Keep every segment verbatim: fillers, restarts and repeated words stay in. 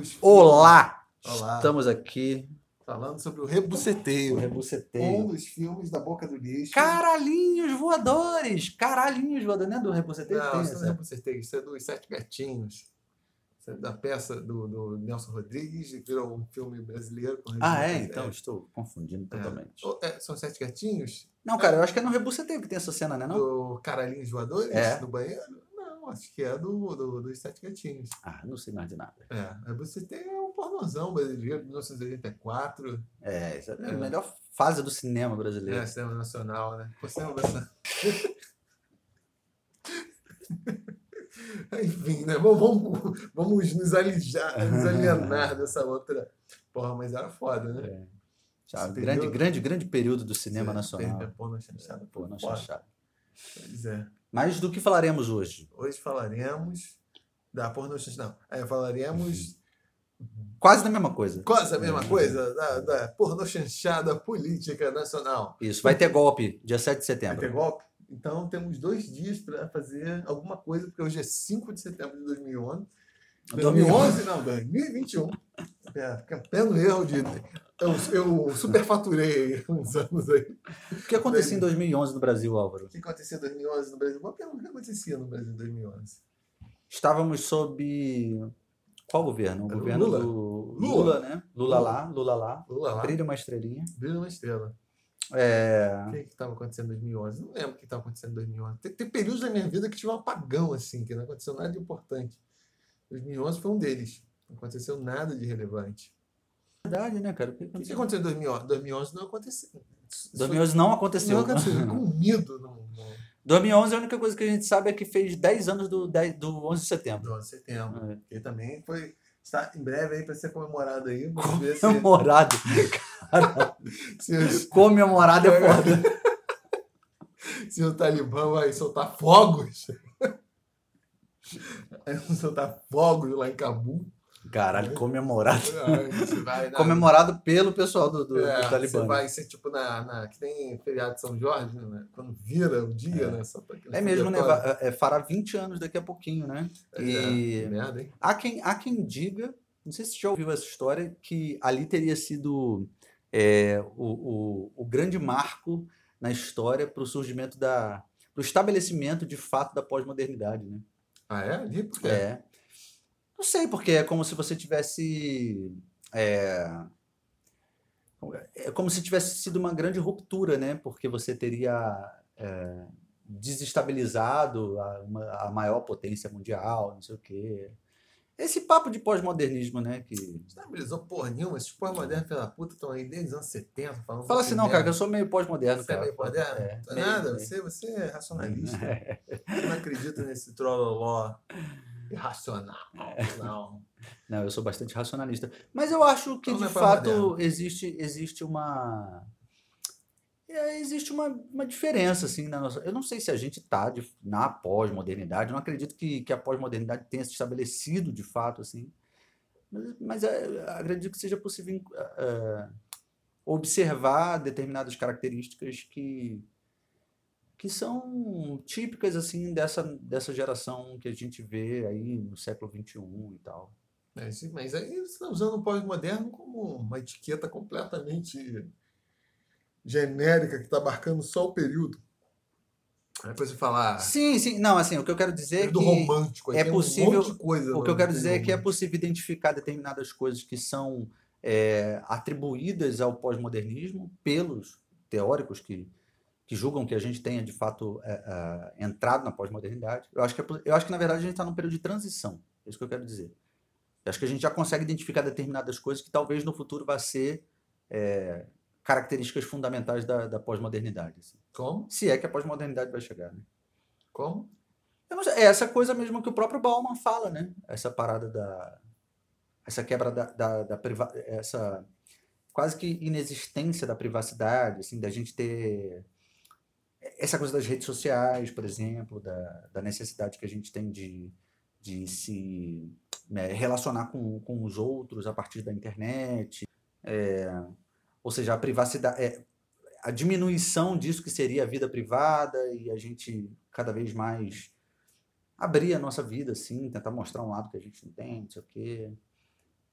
dos Olá! Olá. Estamos aqui falando sobre o Rebuceteio. O Rebuceteio. Um dos filmes da Boca do Lixo. Caralhinhos voadores! Caralhinhos voadores. Não é do Rebuceteio? Não, Tem isso não é essa? Rebuceteio, isso é dos Sete Gatinhos. Isso é da peça do, do Nelson Rodrigues, que virou um filme brasileiro. Com Ah, é? Regina Então Casé. estou confundindo É. totalmente. Oh, é, são Sete Gatinhos? Não, cara, eu acho que é no Rebuceteio que tem essa cena, né? Não? Do Caralhinhos Voadores? É. No banheiro? Não, acho que é do, do, dos Sete Gatinhos. Ah, não sei mais de nada. É, Rebuceteio é um pornozão brasileiro, de mil novecentos e oitenta e quatro. É, essa é a É. melhor fase do cinema brasileiro. É, cinema nacional, né? Pô, cinema nacional. Enfim, né? Vamos, vamos, vamos nos, alijar, nos alienar dessa outra. Porra, mas era foda, né? É. Já, Esse grande, período- grande, grande período do cinema É, nacional. é, Porno chanchada. Pô, não Foda. chanchado. Pois é. Mas do que falaremos hoje? Hoje falaremos da porno chanchada. Não, é, falaremos Quase da mesma coisa. quase a mesma coisa da, da porno chanchada política nacional. Isso, vai ter golpe, dia sete de Vai setembro. ter golpe? Então temos dois dias para fazer alguma coisa, porque hoje é cinco de setembro de dois mil e onze. dois mil e onze, não, dois mil e vinte e um. É, campeando erro de. Eu, eu superfaturei uns anos aí. O que acontecia em dois mil e onze no Brasil, Álvaro? O que acontecia em dois mil e onze no Brasil? Uma pergunta: o que acontecia no Brasil em dois mil e onze? Estávamos sob qual governo? O Era o governo Lula. do Lula. Lula, né? Lula Lula. lá, Lula lá. Lula lá, Brilha uma estrelinha. brilha uma estrela. É... O que estava acontecendo em dois mil e onze? Não lembro o que estava acontecendo em dois mil e onze. Tem, tem períodos da minha vida que tive um apagão, assim, que não aconteceu nada de importante. dois mil e onze foi um deles. Não aconteceu nada de relevante. Verdade, né, cara? O que O que aconteceu? aconteceu em dois mil e onze? dois mil e onze não aconteceu. dois mil e onze não Não aconteceu. aconteceu. Com medo. Não, não. dois mil e onze a única coisa que a gente sabe é que fez dez anos do, dez do onze de setembro. onze de setembro. É. Que também foi. Está em breve aí para ser comemorado aí. Vamos ver se, Comemorado. Caralho. se, os- Comemorado é foda. se o Talibã vai soltar fogos. Vai soltar fogos lá em Cabul. Caralho, comemorado. Ai, você vai na- Comemorado pelo pessoal do, do, É, do Talibã. Você vai ser tipo na, na. Que tem feriado de São Jorge, né? Quando vira o dia, É. né? Só pra aquele É mesmo, né? foguetório. Va- é, fará vinte anos daqui a pouquinho, né? É, E que merda, hein? há quem, há quem diga, não sei se você já ouviu essa história, que ali teria sido é, o, o, o grande marco na história para o surgimento da. Para o estabelecimento de fato da pós-modernidade, né? Ah, é? Ali? Por quê? É. Não sei, porque é como se você tivesse. É, é como se tivesse sido uma grande ruptura, né? Porque você teria é, desestabilizado a, uma- a maior potência mundial, não sei o quê. Esse papo de pós-modernismo, né? Que... Estabilizou porra nenhuma. Esses pós-modernos pela puta estão aí desde os anos setenta falando. Fala assim, de não, cara, que eu merda. sou meio pós-moderno, Você é cara. meio moderno? É, Não é meio- nada. meio. Você, você é racionalista. Eu não acredito nesse trololó irracional. Não. Não, eu sou bastante racionalista. Mas eu acho que, Então não de é fato, pós-moderno. existe, existe uma. é, existe uma, uma diferença, assim, na nossa. Eu não sei se a gente está na pós-modernidade, eu não acredito que, que a pós-modernidade tenha se estabelecido de fato, assim. Mas, mas é, acredito que seja possível é, observar determinadas características que, que são típicas, assim, dessa, dessa geração que a gente vê aí no século vinte e um e tal. Mas, mas aí você está usando o pós-moderno como uma etiqueta completamente genérica que está abarcando só o período. Aí depois você falar Sim, sim. Não, assim, o que eu quero dizer é período que romântico. Aí é tem possível- um monte de coisa. o no que eu quero período dizer é que é romântico. possível identificar determinadas coisas que são é, atribuídas ao pós-modernismo pelos teóricos que, que julgam que a gente tenha, de fato, é, é, entrado na pós-modernidade. Eu acho que, é po- eu acho que, na verdade, a gente está num período de transição. É isso que eu quero dizer. Eu acho que a gente já consegue identificar determinadas coisas que talvez no futuro vá ser é, características fundamentais da, da pós-modernidade. assim. Como? Se é que a pós-modernidade vai chegar, né? Como? Eu não sei, é essa coisa mesmo que o próprio Bauman fala, né? Essa parada da. Essa quebra da, da, da priva, essa quase que inexistência da privacidade, assim, da gente ter. Essa coisa das redes sociais, por exemplo, da, da necessidade que a gente tem de, de se né, relacionar com, com os outros a partir da internet. É, ou seja, a privacidade. É, a diminuição disso que seria a vida privada e a gente cada vez mais abrir a nossa vida, assim, tentar mostrar um lado que a gente não tem, não sei o quê.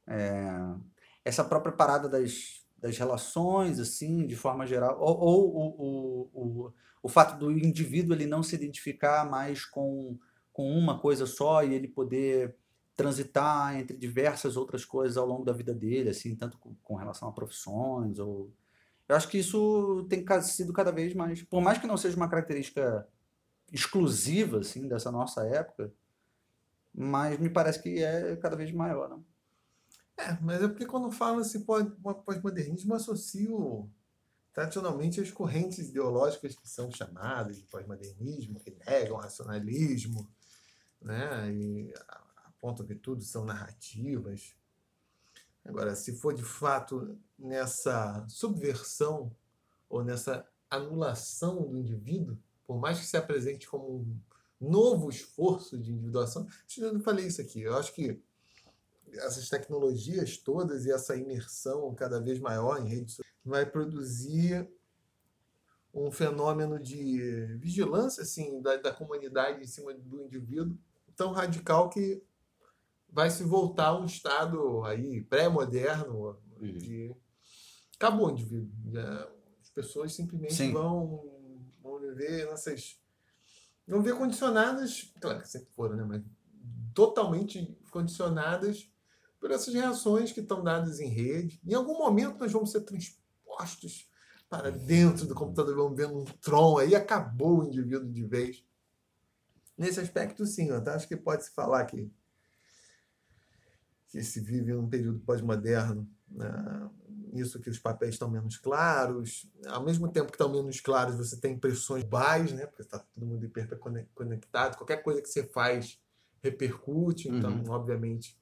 É, essa própria parada das, das relações, assim, de forma geral, ou, ou o, o, o, o fato do indivíduo ele não se identificar mais com, com uma coisa só e ele poder transitar entre diversas outras coisas ao longo da vida dele, assim, tanto com, com relação a profissões, ou... Eu acho que isso tem ca- sido cada vez mais, por mais que não seja uma característica exclusiva, assim, dessa nossa época, mas me parece que é cada vez maior, né? É, mas é porque quando fala-se pós- pós-modernismo, associo tradicionalmente as correntes ideológicas que são chamadas de pós-modernismo, que negam o racionalismo, né? E apontam que tudo são narrativas. Agora, se for de fato nessa subversão ou nessa anulação do indivíduo, por mais que se apresente como um novo esforço de individuação, eu não falei isso aqui, eu acho que essas tecnologias todas e essa imersão cada vez maior em redes sociais vai produzir um fenômeno de vigilância assim, da, da comunidade em cima do indivíduo tão radical que vai se voltar a um estado aí pré-moderno de acabou o indivíduo. As pessoas simplesmente Sim. vão, vão viver nessas... Vão viver condicionadas, claro que sempre foram, né? Mas totalmente condicionadas por essas reações que estão dadas em rede. Em algum momento nós vamos ser transpostos para dentro do computador, vamos ver um Tron, aí acabou o indivíduo de vez. Nesse aspecto, sim, eu acho que pode-se falar que, que se vive num período pós-moderno, né? Isso que os papéis estão menos claros. Ao mesmo tempo que estão menos claros, você tem pressões globais, né? Porque está todo mundo hiperconectado. Qualquer coisa que você faz repercute. Então, Uhum. obviamente,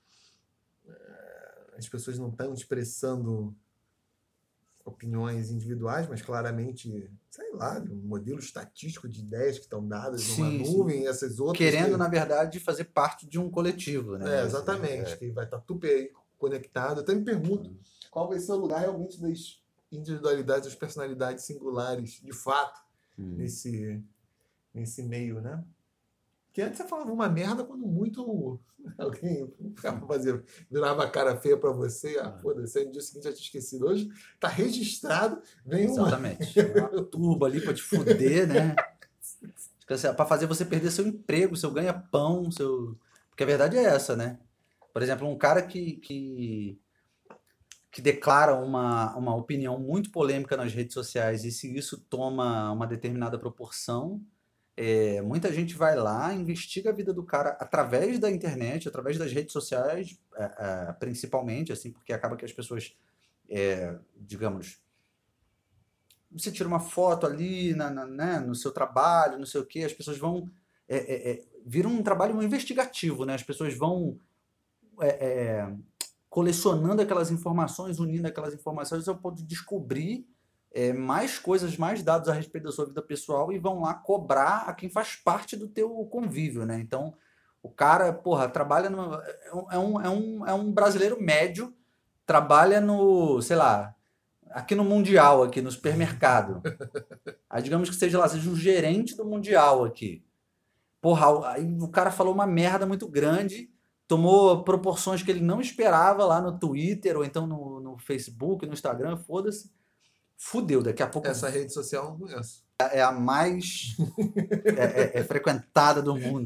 as pessoas não estão expressando opiniões individuais, mas claramente, sei lá, um modelo estatístico de ideias que estão dadas Sim, numa nuvem, sim. e essas outras... Querendo, que... na verdade, fazer parte de um coletivo, né? É, exatamente, É. que vai estar tudo aí conectado. Eu até me pergunto uhum. qual vai ser o lugar realmente das individualidades, das personalidades singulares, de fato, uhum. nesse, nesse meio, né? Porque antes você falava uma merda quando muito alguém ficava fazendo, virava a cara feia pra você, ah, foda-se, aí no dia seguinte já tinha esquecido. Hoje tá registrado, vem uma... Exatamente. Uma turba ali pra te fuder, né? Pra fazer você perder seu emprego, seu ganha-pão, seu... Porque a verdade é essa, né? Por exemplo, um cara que, que, que declara uma, uma opinião muito polêmica nas redes sociais e se isso toma uma determinada proporção... É, muita gente vai lá, investiga a vida do cara através da internet, através das redes sociais, é, é, principalmente, assim, porque acaba que as pessoas, é, digamos, você tira uma foto ali na, na, né, no seu trabalho, não sei o quê, as pessoas vão... É, é, é, vira um trabalho investigativo, né? As pessoas vão é, é, colecionando aquelas informações, unindo aquelas informações ao ponto de descobrir É, mais coisas, mais dados a respeito da sua vida pessoal e vão lá cobrar a quem faz parte do teu convívio, né? Então, o cara, porra, trabalha no... É um, é um, é um brasileiro médio, trabalha no, sei lá, aqui no Mundial, aqui no supermercado. Aí, digamos que seja lá, seja um gerente do Mundial aqui. Porra, aí o cara falou uma merda muito grande, tomou proporções que ele não esperava lá no Twitter, ou então no, no Facebook, no Instagram, foda-se. Fudeu, daqui a pouco... Essa rede social eu não conheço. É a mais é, é, é frequentada do mundo.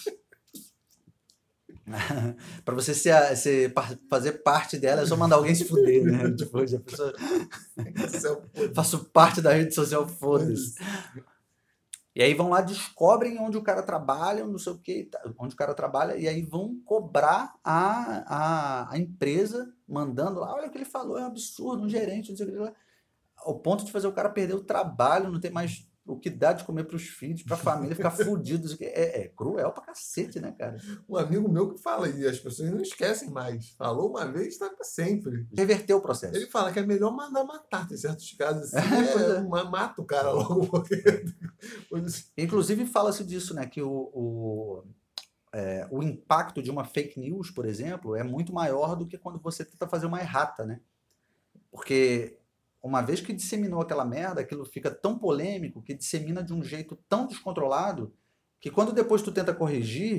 Para você ser, ser, fazer parte dela, é só mandar alguém se fuder, né? Tipo, a pessoa... Faço parte da rede social, foda-se. E aí vão lá, descobrem onde o cara trabalha, não sei o que, onde o cara trabalha, e aí vão cobrar a, a, a empresa, mandando lá, olha o que ele falou, é um absurdo, um gerente, não sei o que lá. Ao ponto de fazer o cara perder o trabalho, não ter mais o que dar de comer pros filhos, pra família, ficar fudido. É, é cruel pra cacete, né, cara? Um amigo meu que fala, e as pessoas não esquecem mais. Falou uma vez, tá pra sempre. Reverteu o processo. Ele fala que é melhor mandar matar. Tem certos casos assim, é, é. Uma, mata o cara logo. Porque... Inclusive fala-se disso, né, que o, o, é, o impacto de uma fake news, por exemplo, é muito maior do que quando você tenta fazer uma errata, né? Porque... Uma vez que disseminou aquela merda, aquilo fica tão polêmico, que dissemina de um jeito tão descontrolado, que quando depois tu tenta corrigir,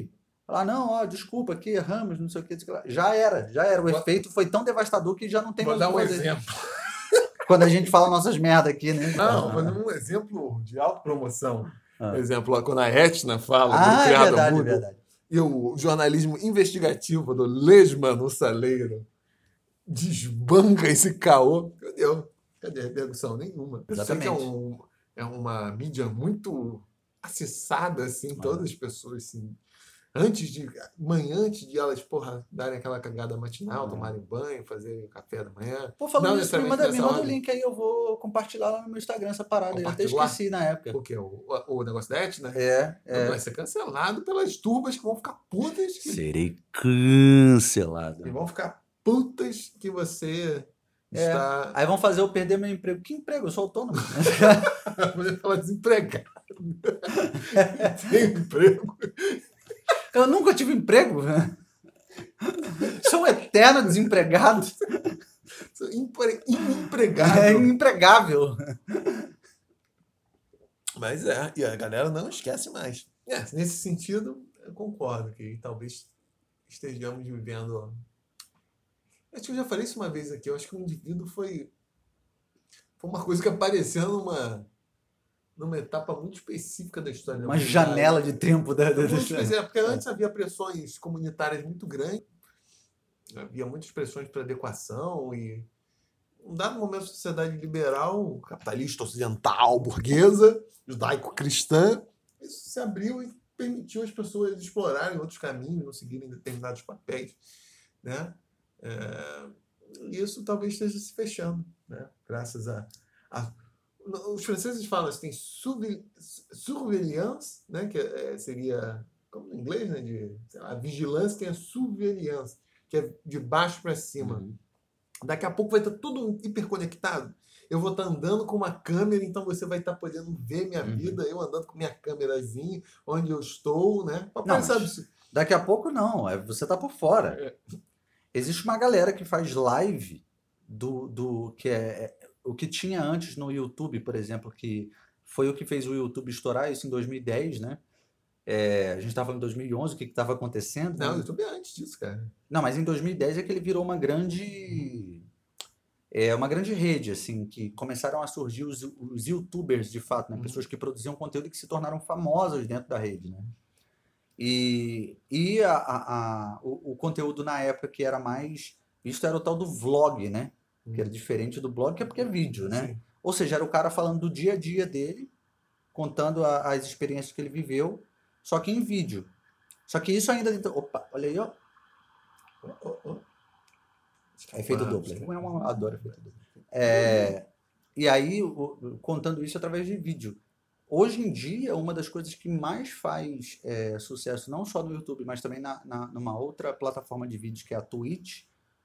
Falar, não, ó, desculpa, aqui erramos, não sei o que. Já era, já era. O vou, efeito foi tão devastador que já não tem vou mais o que fazer. Vou dar um exemplo. Quando a gente fala nossas merdas aqui, né? Não, vou dar um exemplo de autopromoção. Ah. Por exemplo, quando a Etna fala ah, do Criado é verdade, Mudo, é verdade. E o jornalismo investigativo do Lesma no Saleiro desbanca esse caô. Cadê? Cadê a repercussão? Nenhuma. Eu sei que é, um, é uma mídia muito acessada, assim, ah. todas as pessoas, assim. Antes de, manhã, antes de elas, porra, darem aquela cagada matinal, ah. tomarem banho, fazerem café da manhã. Pô, falando isso, me manda, me manda o link aí, eu vou compartilhar lá no meu Instagram essa parada. Eu até esqueci na época. O quê? O, o negócio da Etna? É, é. Vai ser cancelado pelas turbas que vão ficar putas. Que... Serei cancelado. E vão ficar putas que você é. está... Aí vão fazer eu perder meu emprego. Que emprego? Eu sou autônomo. Você fala desempregado. Tem emprego. Eu nunca tive emprego. Sou um eterno desempregado. Sou impre... inempregável. É impregável. Mas é, e a galera não esquece mais. É, nesse sentido, eu concordo que talvez estejamos vivendo... Acho que eu já falei isso uma vez aqui. Eu acho que o indivíduo foi, foi uma coisa que apareceu numa... numa etapa muito específica da história. Uma janela de tempo da, da, da história. É, porque antes havia pressões comunitárias muito grandes, havia muitas pressões para adequação e, um dado momento, a sociedade liberal, capitalista, ocidental, burguesa, judaico-cristã, isso se abriu e permitiu as pessoas explorarem outros caminhos, não seguirem determinados papéis, né? É, isso talvez esteja se fechando, né? Graças a... a os franceses falam que tem surveillance, né, que é, seria, como em inglês, né, de sei lá, vigilância, tem a surveillance, que é de baixo para cima. Uhum. Daqui a pouco vai estar tudo hiperconectado. Eu vou estar andando com uma câmera, então você vai estar podendo ver minha uhum. vida, eu andando com minha câmerazinha, onde eu estou, né? Não, sabe daqui a pouco não, é, você está por fora. É. Existe uma galera que faz live do, do que é... O que tinha antes no YouTube, por exemplo, que foi o que fez o YouTube estourar, isso em dois mil e dez, né? É, a gente estava falando em dois mil e onze, o que estava acontecendo? Não, né? o YouTube é antes disso, cara. Não, mas em dois mil e dez é que ele virou uma grande... É, uma grande rede, assim, que começaram a surgir os, os YouTubers, de fato, né? Uhum. Pessoas que produziam conteúdo e que se tornaram famosas dentro da rede, né? E, e a, a, a, o, o conteúdo na época que era mais visto era o tal do vlog, né? Que era diferente do blog, que é porque é vídeo, né? Sim. Ou seja, era o cara falando do dia a dia dele, contando a, as experiências que ele viveu, só que em vídeo. Só que isso ainda... Opa, olha aí, ó. Oh, oh, oh. É efeito duplo. Eu adoro efeito duplo. É, e aí, o, contando isso através de vídeo. Hoje em dia, uma das coisas que mais faz é, sucesso, não só no YouTube, mas também na, na, numa outra plataforma de vídeo, que é a Twitch,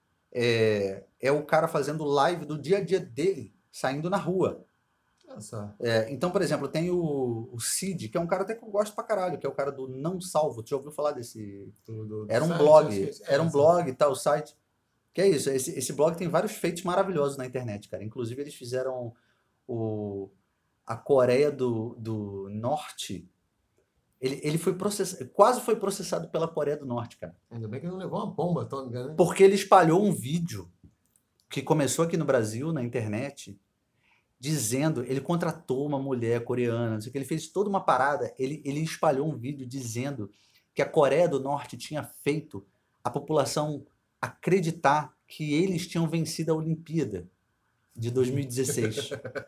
É, é o cara fazendo live do dia a dia dele, saindo na rua. É, então, por exemplo, tem o, o Cid, que é um cara até que eu gosto pra caralho, que é o cara do Não Salvo. Tu já ouviu falar desse... Do, do, era um site, blog, era um blog e tal, o site. Que é isso, esse, esse blog tem vários feitos maravilhosos na internet, cara. Inclusive, eles fizeram o, a Coreia do, do Norte... Ele, ele foi processado, quase foi processado pela Coreia do Norte, cara. Ainda bem que não levou uma bomba atômica, né? Porque ele espalhou um vídeo que começou aqui no Brasil, na internet, dizendo... Ele contratou uma mulher coreana, não sei o que, ele fez toda uma parada. Ele, ele espalhou um vídeo dizendo que a Coreia do Norte tinha feito a população acreditar que eles tinham vencido a Olimpíada de dois mil e dezesseis.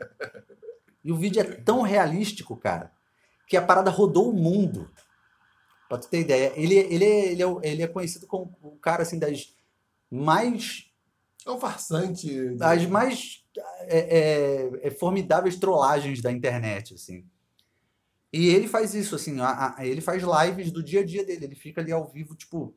E o vídeo é tão realístico, cara, que a parada rodou o mundo. Pra tu ter ideia. Ele, ele, ele, é, ele é conhecido como o cara, assim, das mais... É um farsante. Das mais é, é, é, formidáveis trollagens da internet, assim. E ele faz isso, assim, a, a, ele faz lives do dia a dia dele. Ele fica ali ao vivo, tipo...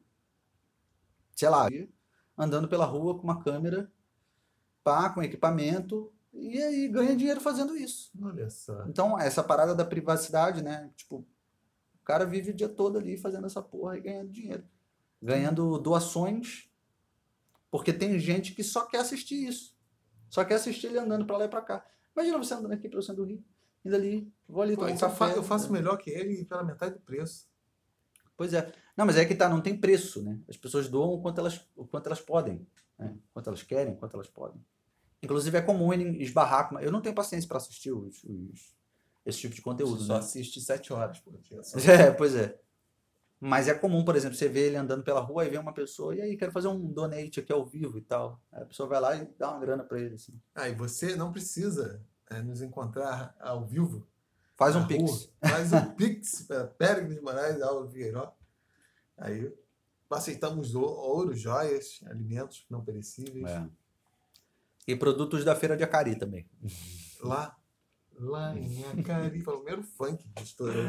Sei lá, andando pela rua com uma câmera, pá, com equipamento... E aí ganha dinheiro fazendo isso. Olha só. Então, essa parada da privacidade, né? Tipo, o cara vive o dia todo ali fazendo essa porra e ganhando dinheiro. Ganhando doações, porque tem gente que só quer assistir isso. Só quer assistir ele andando pra lá e pra cá. Imagina você andando aqui pelo centro do Rio, indo ali, vou ali tomar um café. Eu faço melhor que ele pela metade do preço. Pois é. Não, mas é que tá, não tem preço, né? As pessoas doam o quanto elas, o quanto elas podem, né? O quanto elas querem, o quanto elas podem. Inclusive é comum em esbarrar com... Eu não tenho paciência para assistir os, os, esse tipo de conteúdo, Você só né? assiste sete horas por dia. Só. É, pois é. Mas é comum, por exemplo, você vê ele andando pela rua e vê uma pessoa, e aí, quero fazer um donate aqui ao vivo e tal. Aí a pessoa vai lá e dá uma grana para ele, assim. Ah, e você não precisa é, nos encontrar ao vivo. Faz um rua. pix. Faz um pix para Péricles de Moraes Alves Figueiró. Aí aceitamos ouro, joias, alimentos não perecíveis. É. E produtos da Feira de Acari também. Lá, lá em Acari, foi o primeiro funk que estourou.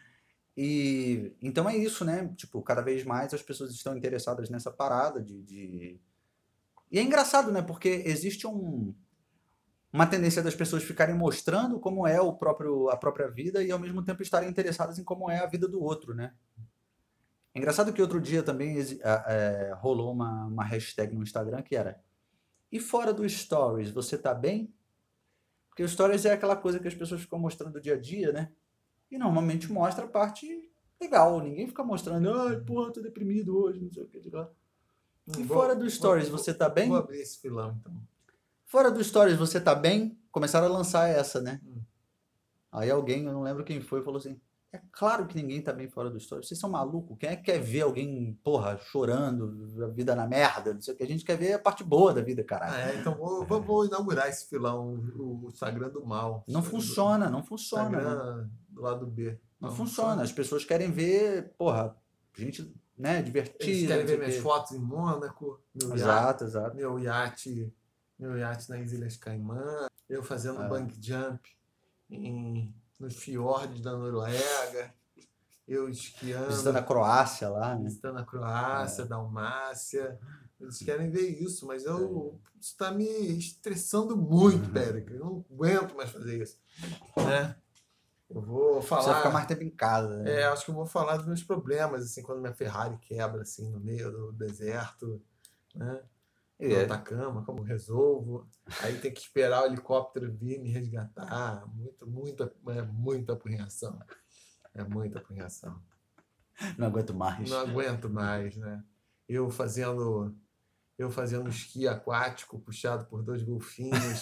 E então é isso, né? Tipo, cada vez mais as pessoas estão interessadas nessa parada de... de... E é engraçado, né? Porque existe um... uma tendência das pessoas ficarem mostrando como é o próprio, a própria vida e ao mesmo tempo estarem interessadas em como é a vida do outro, né? É engraçado que outro dia também é, rolou uma, uma hashtag no Instagram que era: e fora do Stories, você tá bem? Porque o Stories é aquela coisa que as pessoas ficam mostrando do dia a dia, né? E normalmente mostra a parte legal. Ninguém fica mostrando, ai, porra, tô deprimido hoje, não sei o que. E Hum, fora vou, do Stories, vou, você tá bem? Vou abrir esse filão, então. Fora do Stories, você tá bem? Começaram a lançar essa, né? Hum. Aí alguém, eu não lembro quem foi, falou assim: é claro que ninguém tá bem fora do Stories. Vocês são malucos? Quem é que quer ver alguém, porra, chorando, a vida na merda? Não sei o que. A gente quer ver a parte boa da vida, caralho. Ah, é, então vou, vou, vou inaugurar esse filão, o, o Instagram do mal. Não funciona, do, não funciona. Instagram Né? do lado B. Não, não funciona. As pessoas querem ver, porra, gente, né, divertida. Eles querem ver minhas fotos em Mônaco, meu exato, iate, exato. meu iate, meu iate nas Ilhas Caimã, eu fazendo é. bungee jump em, nos fiordes da Noruega, eu esquiando. Visitando a Croácia lá, né? Visitando a Croácia, é. Dalmácia. Eles querem ver isso, mas eu, é. isso está me estressando muito, Périca. Eu não aguento mais fazer isso. Né? Eu vou falar... Você vai ficar mais tempo em casa. Né? É, acho que eu vou falar dos meus problemas, assim, quando minha Ferrari quebra, assim, no meio do deserto, né? No é. Atacama, como eu resolvo. Aí tem que esperar o helicóptero vir me resgatar. Muito, muita, é muita apurrinhação. É muita apurrinhação. Não aguento mais. Não aguento mais, né? Eu fazendo, eu fazendo esqui aquático, puxado por dois golfinhos...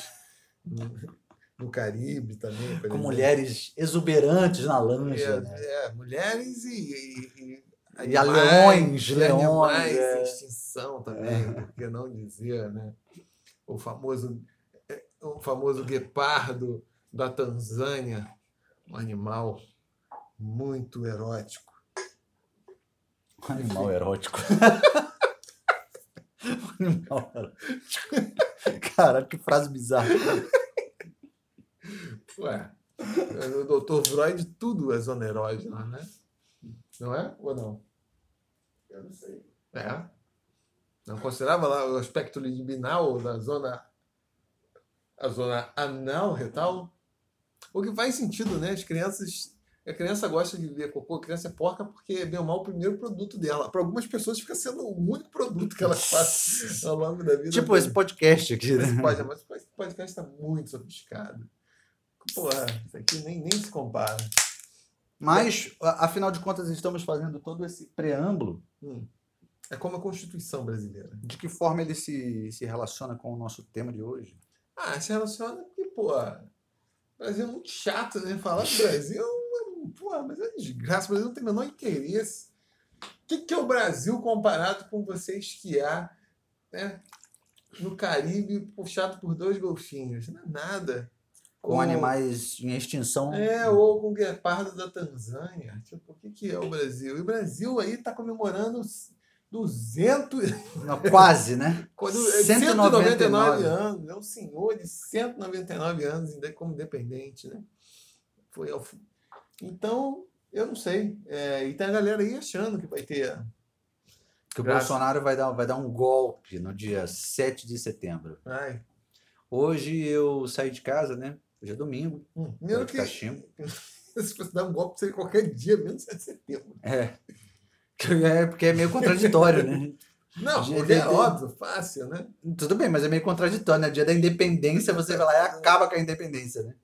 no Caribe também. Com exemplo. Mulheres exuberantes na lancha. É, né? é mulheres e, e, e, e leões, leões. Animais é. em extinção também, é. Por que não dizer, né? O famoso, o famoso guepardo da Tanzânia, um animal muito erótico. Um animal erótico. um animal erótico. Caralho, que frase bizarra. Ué, o doutor Freud, tudo é zona erógena, né? Não é? Ou não? Eu não sei. É. Não considerava lá o aspecto libidinal da zona, a zona anal, retal? O que faz sentido, né? As crianças, a criança gosta de ver cocô, a criança é porca porque, bem ou mal, o primeiro produto dela. Para algumas pessoas fica sendo o único produto que elas fazem ao longo da vida. Tipo esse podcast aqui, né? Esse podcast, mas esse podcast está muito sofisticado. Porra, isso aqui nem, nem se compara. Mas, afinal de contas, estamos fazendo todo esse preâmbulo. Hum. É como a Constituição brasileira. De que forma ele se, se relaciona com o nosso tema de hoje? Ah, se relaciona porque, pô, o Brasil é muito chato, né? Falar do Brasil, pô, mas é desgraça. O Brasil não tem o menor interesse. O que, que é o Brasil comparado com você esquiar, né, no Caribe puxado por dois golfinhos? Não é nada. Com ou, animais em extinção. É, ou com o guepardo da Tanzânia. Tipo, o que, que é o Brasil? E o Brasil aí está comemorando duzentos... Não, quase, né? cento e noventa e nove anos. É um senhor de cento e noventa e nove anos como independente, né? Foi ao... Então, eu não sei. É, e tem a galera aí achando que vai ter... Que o Graças... Bolsonaro vai dar, vai dar um golpe no dia sete de setembro. Ai. Hoje eu saí de casa, né? Hoje é domingo. Hum, mesmo que... Se fosse dar um golpe, seria qualquer dia, menos sete de setembro. É. É porque é meio contraditório, né? Não, porque é óbvio, fácil, né? Tudo bem, mas é meio contraditório, né? Dia da independência, você vai lá e acaba com a independência, né?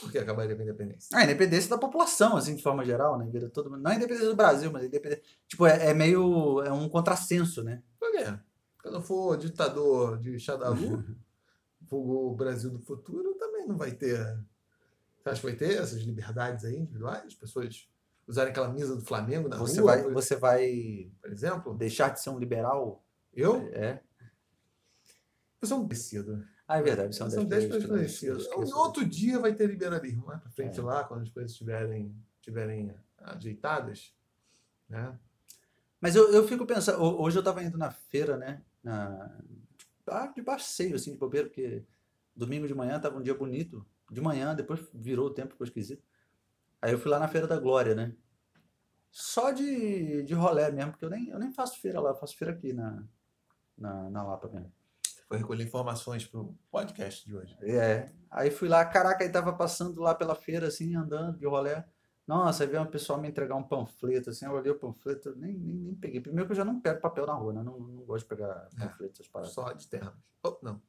por que acabaria com a independência. A independência da população, assim, de forma geral, né? Vira todo mundo. Não a independência do Brasil, mas a independência. Tipo, é, é meio. É um contrassenso, né? Por quê? Quando for ditador de Xadalu, o Brasil do futuro também não vai ter. Você acha que vai ter essas liberdades aí individuais? As pessoas usarem aquela camisa do Flamengo na Você rua? vai, por, você vai por exemplo? deixar de ser um liberal? Eu? É. Eu sou um descido. Ah, é verdade. Você é um São dez pessoas desconhecido. conhecidas. Outro dia vai ter liberalismo lá pra frente, É. lá, quando as coisas estiverem estiverem ajeitadas. Né? Mas eu, eu fico pensando, ho- hoje eu tava indo na feira, né? Na, ah, de passeio, assim, de bobeira, porque domingo de manhã tava um dia bonito. De manhã, depois virou o tempo, ficou esquisito. Aí eu fui lá na Feira da Glória, né? Só de, de rolé mesmo, porque eu nem, eu nem faço feira lá, eu faço feira aqui na, na, na Lapa mesmo. Foi recolher informações pro podcast de hoje. É, aí fui lá, caraca, aí tava passando lá pela feira, assim, andando de rolé. Nossa, aí veio uma pessoa me entregar um panfleto, assim, eu olhei o panfleto, eu nem, nem, nem peguei. Primeiro que eu já não pego papel na rua, né? Não, não gosto de pegar panfleto, essas paradas. Só de terras. Oh, não.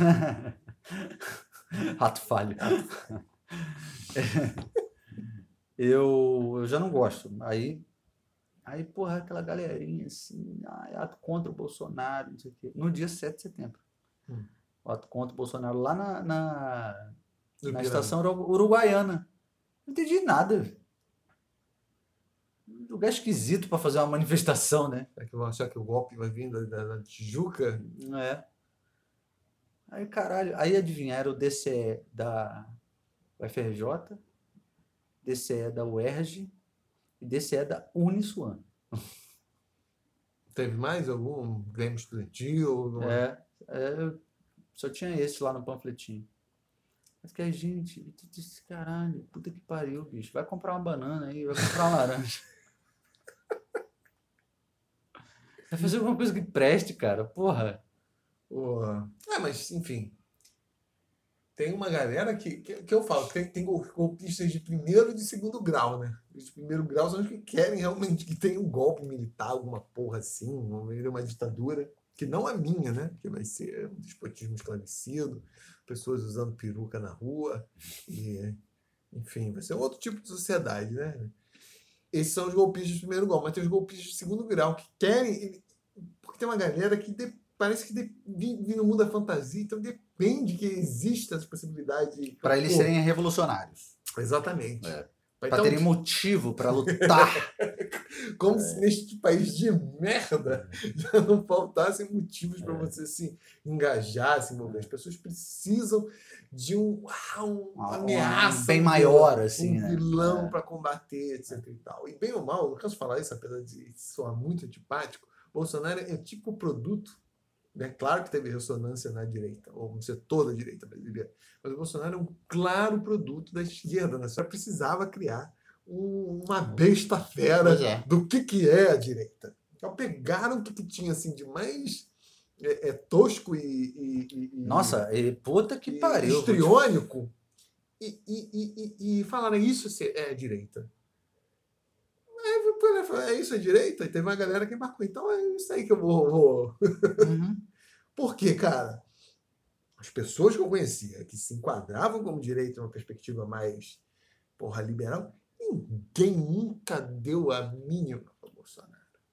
Rato falho. Eu, eu já não gosto. Aí, aí, porra, aquela galerinha assim, ai, ato contra o Bolsonaro, não sei o quê. No dia sete de setembro. Hum. O ato contra o Bolsonaro lá na, na, Do na Piranga. estação Uru- uruguaiana. Não entendi nada. Um lugar esquisito para fazer uma manifestação, né? Será que vão achar que o golpe vai vir da, da, da Tijuca? É. Aí, caralho, aí adivinha, era o D C E da U F R J, D C E da U E R J e D C E da Uniswan. Teve mais algum Grêmio Estudantil? Alguma... É, é, só tinha esse lá no panfletinho. Mas que a gente, eu disse, caralho, puta que pariu, bicho. Vai comprar uma banana aí, vai comprar uma laranja. Vai fazer alguma coisa que preste, cara. Porra. Pô. Ah, mas, enfim. Tem uma galera que, que, que eu falo, tem, tem golpistas de primeiro e de segundo grau, né? Os de primeiro grau são os que querem realmente que tenha um golpe militar, alguma porra assim, uma, uma ditadura, que não é minha, né? Que vai ser um despotismo esclarecido, pessoas usando peruca na rua, e, enfim, vai ser outro tipo de sociedade, né? Esses são os golpistas de primeiro grau, mas tem os golpistas de segundo grau que querem, porque tem uma galera que de, parece que de, vive no mundo da fantasia, então depende que exista essa possibilidade. Para eles Pô, serem revolucionários. exatamente. É. Vai Para ter um- terem motivo para lutar. Como se neste país de merda já não faltassem motivos para É. você se engajar, se envolver. As pessoas precisam de um, ah, um- uma Um ameaça, bem um maior, vilão, assim, um né? vilão É. para combater, etc e tal. E bem ou mal, eu não canso de falar isso, apesar de soar muito antipático, Bolsonaro é tipo produto. Né? Claro que teve ressonância na direita, ou no setor da direita brasileira, mas o Bolsonaro é um claro produto da esquerda. Né? Só precisava criar um- uma besta fera Pois é. do que, que é a direita. Então pegaram o que, que tinha assim, de mais é, é, tosco e, e, e- e- Nossa, e puta que e pariu. vou te- histriônico e, e, e, e, e falaram isso é a direita. Aí, pô, é isso a direita? E teve uma galera que embarcou. Então é isso aí que eu vou- vou Uhum. Por quê, cara? As pessoas que eu conhecia, que se enquadravam como direita numa perspectiva mais, porra, liberal, ninguém nunca deu a mínima para Bolsonaro.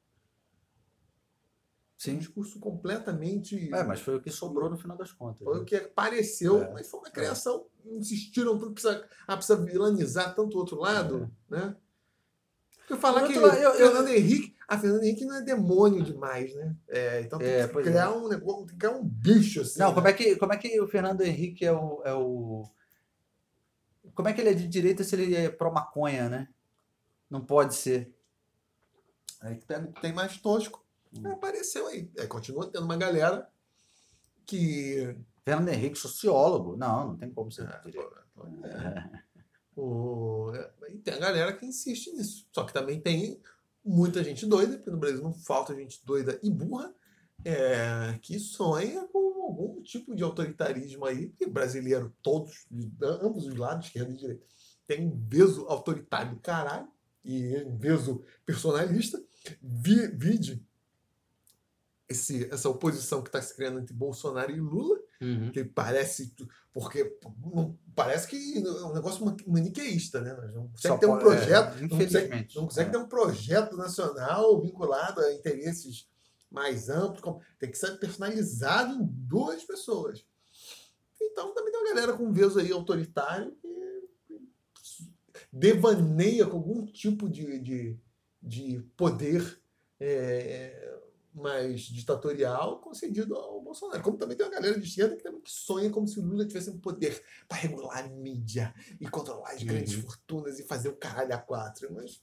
Um Sim. discurso completamente... É, mas foi o que sobrou no final das contas. Foi né? o que apareceu, É. mas foi uma criação. Insistiram tanto, precisa, ah, precisa vilanizar tanto o outro lado, né? Porque falar Por que outro lado, eu- eu- Fernando Henrique... A Fernando Henrique não é demônio demais, né? É, então tem É, que pois criar um negócio, tem que criar um bicho assim. Não, né? como é, que, como é que o Fernando Henrique é o, é o. Como é que ele é de direita se ele é pró-maconha, né? Não pode ser. Aí tu pega o que tem mais tosco. Hum. Aí apareceu aí. Aí continua tendo uma galera que. Fernando Henrique, sociólogo. Não, não tem como ser É, de direita. pô, é, o, é, e tem a galera que insiste nisso. Só que também tem muita gente doida, porque no Brasil não falta gente doida e burra, é, que sonha com algum tipo de autoritarismo aí, porque brasileiro, todos, de ambos os lados, esquerda e direita, tem um beso autoritário do caralho e um beso personalista. Vi, vide esse, essa oposição que está se criando entre Bolsonaro e Lula, Uhum. que parece, porque não, parece que é um negócio maniqueísta, né? Nós não consegue Só ter um pode- projeto, é, não consegue, infelizmente. não consegue É. ter um projeto nacional vinculado a interesses mais amplos, como- tem que ser personalizado em duas pessoas. Então também tem uma galera com um viés aí autoritário que devaneia com algum tipo de, de, de poder é, mais ditatorial concedido ao Bolsonaro. Como também tem uma galera de esquerda que também sonha como se o Lula tivesse um poder para regular a mídia e controlar as grandes Uhum. fortunas e fazer o caralho a quatro. Mas,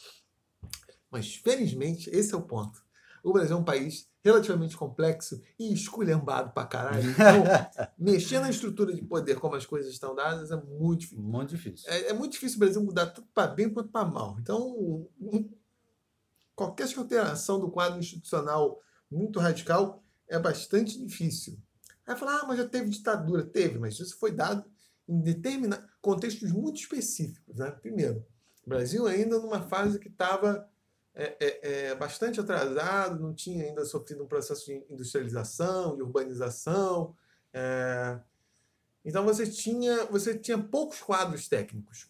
mas, felizmente, esse é o ponto. O Brasil é um país relativamente complexo e esculhambado pra caralho. Então, mexer na estrutura de poder como as coisas estão dadas é muito difícil. Muito difícil. É, é muito difícil o Brasil mudar tanto para bem quanto para mal. Então, um, qualquer alteração do quadro institucional muito radical é bastante difícil. Aí falar, ah, mas já teve ditadura. Teve, mas isso foi dado em determinados contextos muito específicos. Né? Primeiro, o Brasil ainda numa fase que estava é, é, é, bastante atrasado, não tinha ainda sofrido um processo de industrialização, de urbanização. É... Então você tinha, você tinha poucos quadros técnicos.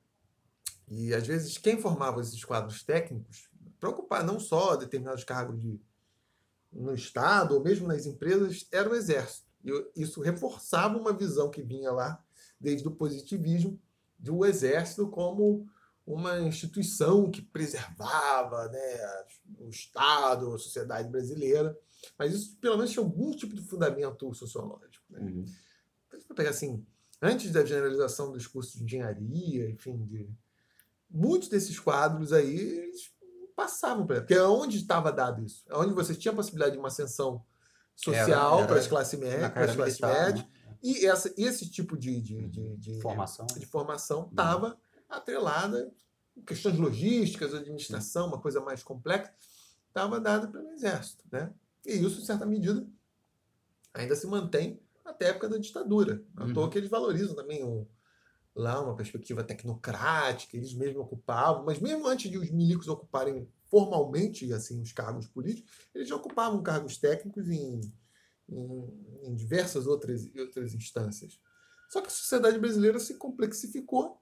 E às vezes quem formava esses quadros técnicos para ocupar não só determinados cargos de, no Estado ou mesmo nas empresas era o Exército. E isso reforçava uma visão que vinha lá desde o positivismo do Exército como uma instituição que preservava, né, o Estado, a sociedade brasileira. Mas isso, pelo menos, tinha algum tipo de fundamento sociológico. Né? Uhum. Para pegar assim, antes da generalização dos cursos de engenharia, enfim, de muitos desses quadros aí eles passavam para, porque é onde estava dado isso, é onde você tinha a possibilidade de uma ascensão social Era- era para as classes na médias, para carreira as classes militar, médias, né? e essa, esse tipo de, de, de, de Formação. de formação estava atrelada em questões logísticas, administração, uma coisa mais complexa, estava dada pelo Exército. Né? E isso, em certa medida, ainda se mantém até a época da ditadura. Não à toa Uhum. que eles valorizam também o, lá uma perspectiva tecnocrática, eles mesmos ocupavam, mas mesmo antes de os milicos ocuparem formalmente assim os cargos políticos, eles já ocupavam cargos técnicos em, em, em diversas outras, outras instâncias. Só que a sociedade brasileira se complexificou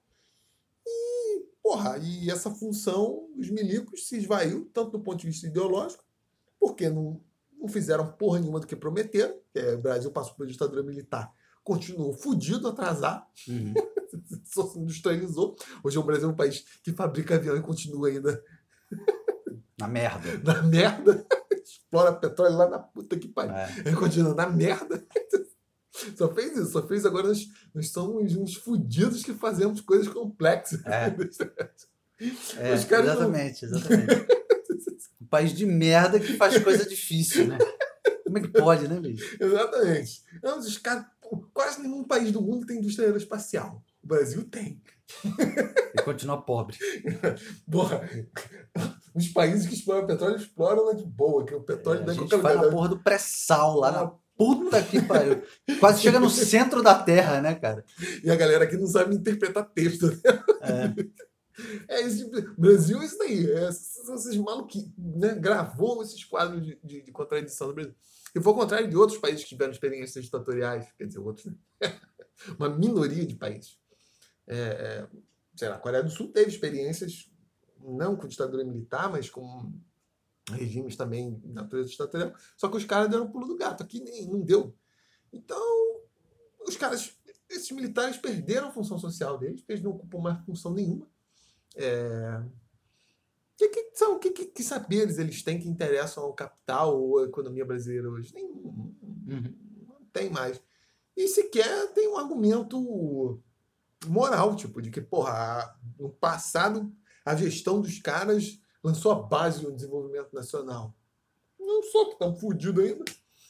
e, porra, e essa função dos milicos se esvaiu, tanto do ponto de vista ideológico, porque não, não fizeram porra nenhuma do que prometeram, que é, o Brasil passou por ditadura militar, continuou fudido, atrasado, Uhum. só se industrializou. Hoje o Brasil é um país que fabrica avião e continua ainda Na merda. na merda. Explora petróleo lá na puta que pariu. É. Ele continua na merda. Só fez isso. Só fez agora nós, nós somos uns fudidos que fazemos coisas complexas. É. É, Os caras não- exatamente, exatamente. Um país de merda que faz coisa difícil, né? Como é que pode, né, bicho? Exatamente. Não, os caras, pô, quase nenhum país do mundo tem indústria aeroespacial. O Brasil tem. E continua pobre. Porra, os países que exploram petróleo exploram lá de boa, que o petróleo É, a dá em gente qualquer vai lugar. na porra do pré-sal, lá na puta que pariu. Quase chega no centro da Terra, né, cara? E a galera aqui não sabe interpretar texto. Né? É. É isso. O Brasil é isso daí. É esses maluquinhos, né? Gravou esses quadros de, de, de contradição do Brasil. E foi ao contrário de outros países que tiveram experiências ditatoriais, quer dizer, outros, né? Uma minoria de países. É, é, sei lá, a Coreia do Sul teve experiências, não com ditadura militar, mas com regimes também de natureza ditatorial. Só que os caras deram um pulo do gato. Aqui nem, não deu. Então, os caras, esses militares perderam a função social deles, porque eles não ocupam mais função nenhuma. É... Que, que, são, que, que, que saberes eles têm que interessam ao capital ou à economia brasileira hoje? Nenhum. Uhum. Não tem mais. E sequer tem um argumento moral, tipo, de que, porra, no passado a gestão dos caras lançou a base do desenvolvimento nacional. Não só que estão fodidos ainda.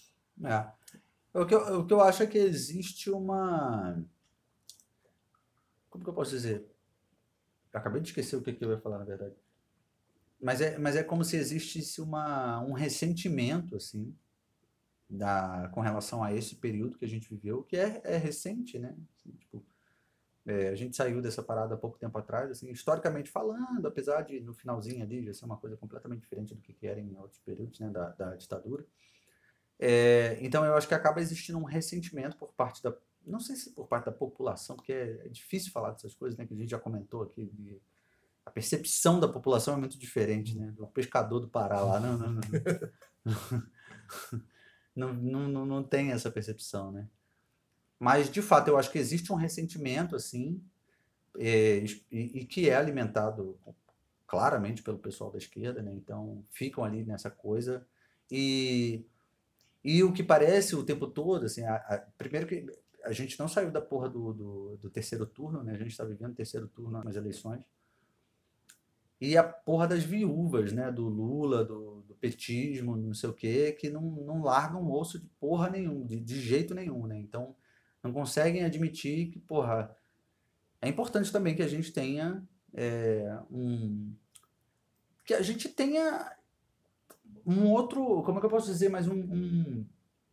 É. O que, eu, o que eu acho é que existe uma... Como que eu posso dizer? Eu acabei de esquecer o que, que eu ia falar, na verdade. Mas é, mas é como se existisse uma, um ressentimento, assim, da, com relação a esse período que a gente viveu, que é, é recente, né? Assim, tipo, é, a gente saiu dessa parada há pouco tempo atrás, assim, historicamente falando, apesar de no finalzinho ali já ser uma coisa completamente diferente do que, que era em outros períodos, né, da, da ditadura. É, então eu acho que acaba existindo um ressentimento por parte da, não sei se por parte da população, porque é, é difícil falar dessas coisas, né, que a gente já comentou aqui, de, a percepção da população é muito diferente, né, do pescador do Pará lá, não, não, não, não, não, não, não tem essa percepção, né. Mas, de fato, eu acho que existe um ressentimento, assim, é, e, e que é alimentado claramente pelo pessoal da esquerda, né? Então, ficam ali nessa coisa. E, e o que parece o tempo todo, assim, a, a, primeiro que a gente não saiu da porra do, do, do terceiro turno, né? A gente está vivendo o terceiro turno nas eleições. E a porra das viúvas, né? Do Lula, do, do petismo, não sei o quê, que não, não largam o osso de porra nenhum, de, de jeito nenhum, né? Então, não conseguem admitir que, porra, é importante também que a gente tenha é, um... que a gente tenha um outro... Como é que eu posso dizer? Mas um... um...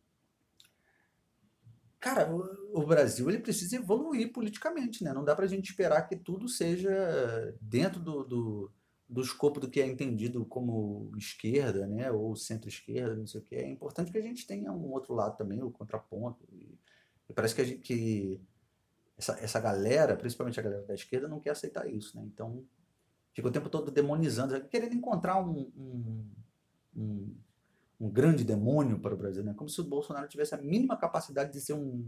Cara, o, o Brasil ele precisa evoluir politicamente, né? Não dá pra gente esperar que tudo seja dentro do, do, do escopo do que é entendido como esquerda, né? Ou centro-esquerda, não sei o que. É importante que a gente tenha um outro lado também, o contraponto. E, e parece que a gente... Que, Essa, essa galera, principalmente a galera da esquerda, não quer aceitar isso, né? Então, fica o tempo todo demonizando, querendo encontrar um, um, um, um grande demônio para o Brasil, né? Como se o Bolsonaro tivesse a mínima capacidade de ser um,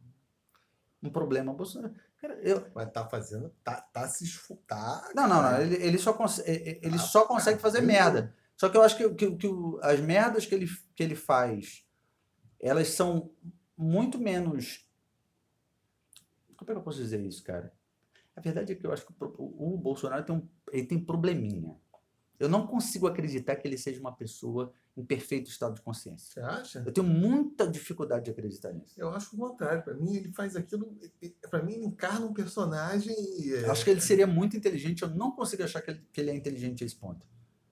um problema. O Bolsonaro, cara, eu... Mas tá fazendo, tá, tá se esfutar. Não, não, não, ele, ele só, cons ele tá, só consegue fazer caramba. merda. Só que eu acho que, que, que o, as merdas que ele, que ele faz, elas são muito menos... Como é que eu posso dizer isso, cara? A verdade é que eu acho que o, o Bolsonaro tem um, ele tem probleminha. Eu não consigo acreditar que ele seja uma pessoa em perfeito estado de consciência. Você acha? Eu tenho muita dificuldade de acreditar nisso. Eu acho o contrário. Para mim, ele faz aquilo... Para mim, ele encarna um personagem e... É... Acho que ele seria muito inteligente. Eu não consigo achar que ele, que ele é inteligente a esse ponto.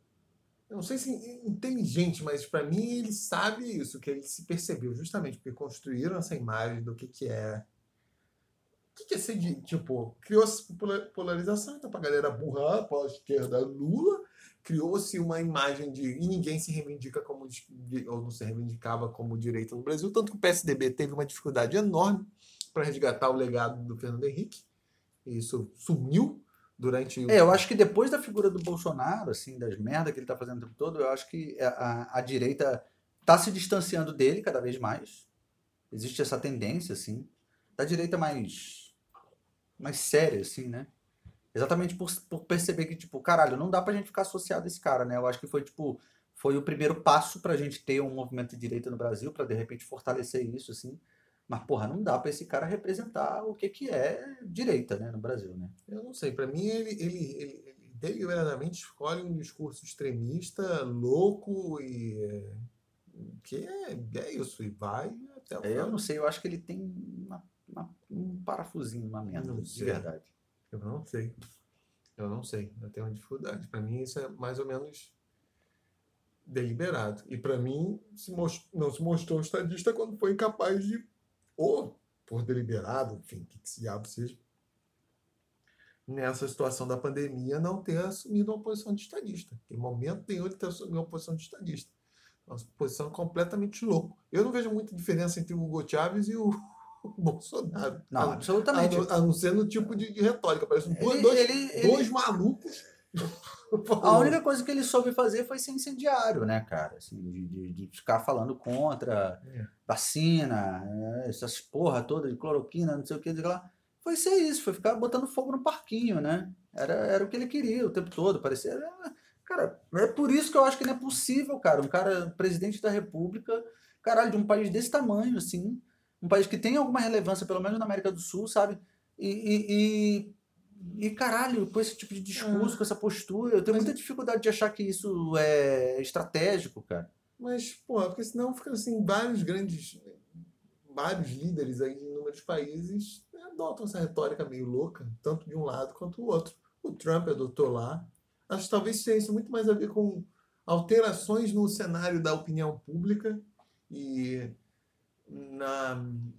Eu não sei se inteligente, mas para mim ele sabe isso, que ele se percebeu justamente porque construíram essa imagem do que, que é... O que, que é ser de... Tipo, criou-se polarização, então para a galera burra, para a esquerda, Lula, criou-se uma imagem de... E ninguém se reivindica como... Ou não se reivindicava como direita no Brasil, tanto que o P S D B teve uma dificuldade enorme para resgatar o legado do Fernando Henrique. E isso sumiu durante... É, eu acho que depois da figura do Bolsonaro, assim, das merdas que ele tá fazendo o tempo todo, eu acho que a, a, a direita tá se distanciando dele cada vez mais. Existe essa tendência, assim, da direita mais... mais séria, assim, né? Exatamente por, por perceber que, tipo, caralho, não dá pra gente ficar associado a esse cara, né? Eu acho que foi, tipo, foi o primeiro passo pra gente ter um movimento de direita no Brasil, pra, de repente, fortalecer isso, assim. Mas, porra, não dá pra esse cara representar o que que é direita, né, no Brasil, né? Eu não sei, pra mim ele, ele, ele, ele deliberadamente escolhe um discurso extremista, louco e... que é, é isso, e vai até o É, final. eu não sei, eu acho que ele tem uma, uma, um parafusinho na mente, de verdade. Eu não sei. Eu não sei. Eu tenho uma dificuldade. Para mim, isso é mais ou menos deliberado. E para mim, se most... não se mostrou estadista quando foi incapaz de, ou por deliberado, enfim, que, que se diabo seja, nessa situação da pandemia, não ter assumido uma posição de estadista. Em momento nenhum ele ter assumido uma posição de estadista. Uma posição completamente louca. Eu não vejo muita diferença entre o Hugo Chávez e o Bolsonaro. Não, a, absolutamente. A, a não ser no tipo de, de retórica. Parece ele, dois, ele, dois ele... malucos. A única coisa que ele soube fazer foi ser incendiário, né, cara? Assim, de, de, de ficar falando contra é. vacina, essas porra toda de cloroquina, não sei o que, lá. Foi ser isso, foi ficar botando fogo no parquinho, né? Era, era o que ele queria o tempo todo. Parecia. Cara, é por isso que eu acho que não é possível, cara. Um cara, presidente da República, caralho, de um país desse tamanho, assim. Um país que tem alguma relevância, pelo menos na América do Sul, sabe? E, e, e, e caralho, com esse tipo de discurso, ah, com essa postura, eu tenho muita dificuldade de achar que isso é estratégico, cara. Mas, pô, porque senão fica assim, vários grandes, vários líderes aí em inúmeros países né, adotam essa retórica meio louca, tanto de um lado quanto do outro. O Trump adotou lá. Acho que talvez tenha isso muito mais a ver com alterações no cenário da opinião pública e na,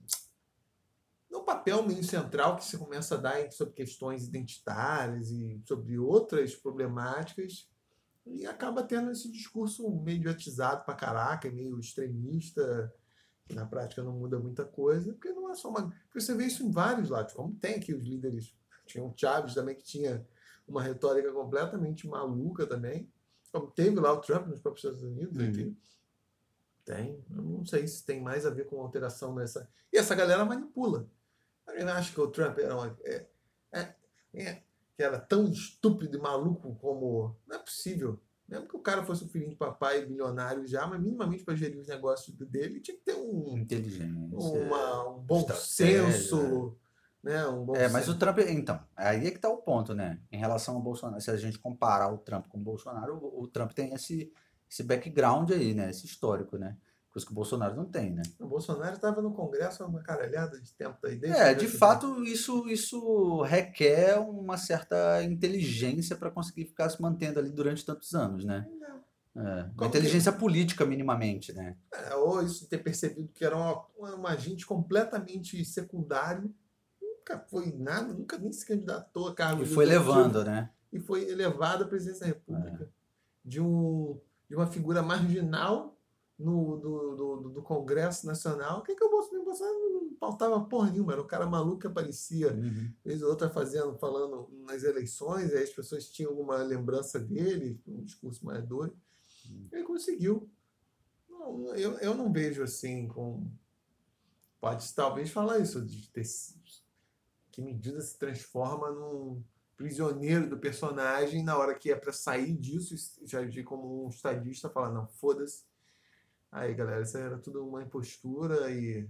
no papel meio central que se começa a dar sobre questões identitárias e sobre outras problemáticas e acaba tendo esse discurso meio idiotizado pra caraca, meio extremista, que na prática não muda muita coisa, porque não é só uma... Porque você vê isso em vários lados, como tem aqui os líderes. Tinha o Chaves também, que tinha uma retórica completamente maluca também, como teve lá o Trump nos próprios Estados Unidos, Uhum. aqui. Tem. Eu não sei se tem mais a ver com alteração nessa... E essa galera manipula. Eu acho que o Trump era uma... É, é, é, que era tão estúpido e maluco como... Não é possível. Mesmo que o cara fosse um filhinho de papai bilionário já, mas minimamente para gerir os negócios dele, tinha que ter um, Inteligência. uma, um bom estratégia. senso, né? Um bom É, mas senso. o Trump, então, aí é que tá o ponto, né? Em relação ao Bolsonaro, se a gente comparar o Trump com o Bolsonaro, o, o Trump tem esse, esse background aí, né? Esse histórico, né? Coisa que o Bolsonaro não tem, né? O Bolsonaro estava no Congresso há uma caralhada de tempo daí. Desde É, que de ele- fato, isso, isso requer uma certa inteligência para conseguir ficar se mantendo ali durante tantos anos, né? É, uma Como inteligência política, minimamente, né? É, ou isso ter percebido que era uma, uma, um agente completamente secundário, nunca foi nada, nunca nem se candidatou a cargo E foi legislativo, levando, né? e foi elevado à presidência da República de, um, de uma figura marginal no, do, do, do Congresso Nacional. O que, que o Bolsonaro, Bolsonaro não pautava porra nenhuma, era um cara maluco que aparecia, Uhum. vez ou outra fazendo, falando nas eleições, e aí as pessoas tinham alguma lembrança dele, um discurso mais doido. Ele conseguiu. Não, eu, eu não vejo assim com. Pode talvez falar isso, de ter, que medida se transforma num prisioneiro do personagem na hora que é para sair disso, já agir como um estadista, falar, não, foda-se. Aí, galera, isso era tudo uma impostura e.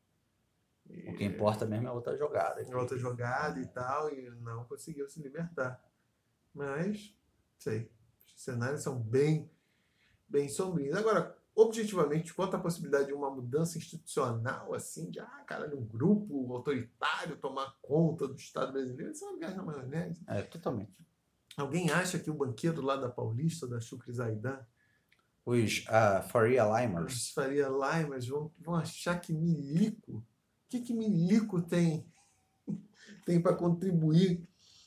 e O que importa mesmo é outra jogada. em outra jogada e tal, e não conseguiu se libertar. Mas, sei, os cenários são bem, bem sombrios. Agora, objetivamente, quanto à possibilidade de uma mudança institucional, assim, de, ah, cara, de um grupo autoritário tomar conta do Estado brasileiro, isso é uma viagem na maionese. É, totalmente. Alguém acha que o banqueiro lá da Paulista, da Shukri Zaidan, Os uh, Faria Limers. os Faria Limers, vão, vão achar que Milico, o que que Milico tem, tem para contribuir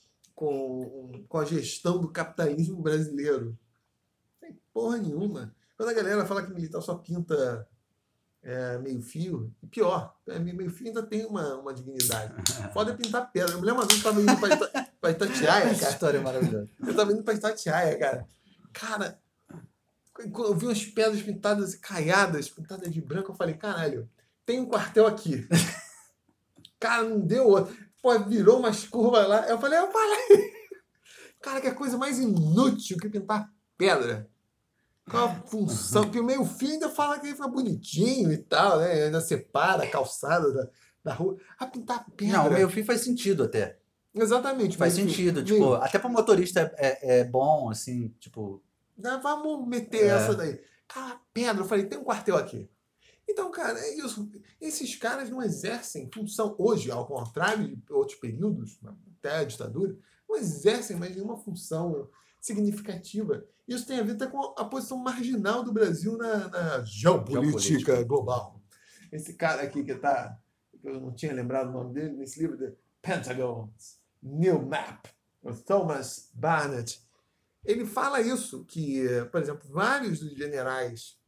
com, com a gestão do capitalismo brasileiro? Não tem porra nenhuma. Quando a galera fala que militar só pinta é, meio fio, e pior, é, meio fio ainda tem uma, uma dignidade. Foda é pintar pedra. Eu me lembro uma vez que eu tava indo pra, Ita, pra Itatiaia, Essa cara. história é maravilhosa. Eu tava indo pra Itatiaia, cara. Cara, quando eu vi umas pedras pintadas, caiadas, pintadas de branco, eu falei, caralho, tem um quartel aqui. Cara, não deu outro. Pô, virou umas curvas lá. Eu falei, eu falei. Cara, que é coisa mais inútil que pintar pedra. Qual a função? Porque o meio fio ainda fala que fica bonitinho e tal, né? Ainda separa a calçada da, da rua. A pintar pedra. Não, o meio fio faz sentido até. Exatamente. Faz meio fio. sentido, tipo, Meio- até para motorista é, é, é bom, assim, tipo, Ah, vamos meter É. essa daí. Cara, pedra. Eu falei, tem um quartel aqui. Então, cara, é isso. Esses caras não exercem função hoje, ao contrário de outros períodos, até a ditadura, não exercem mais nenhuma função significativa. Isso tem a ver até com a posição marginal do Brasil na, na geopolítica, Geopolítica. global. Esse cara aqui que tá, eu não tinha lembrado o nome dele, nesse livro, The Pentagon's New Map, o Thomas Barnett, ele fala isso, que, por exemplo, vários dos generais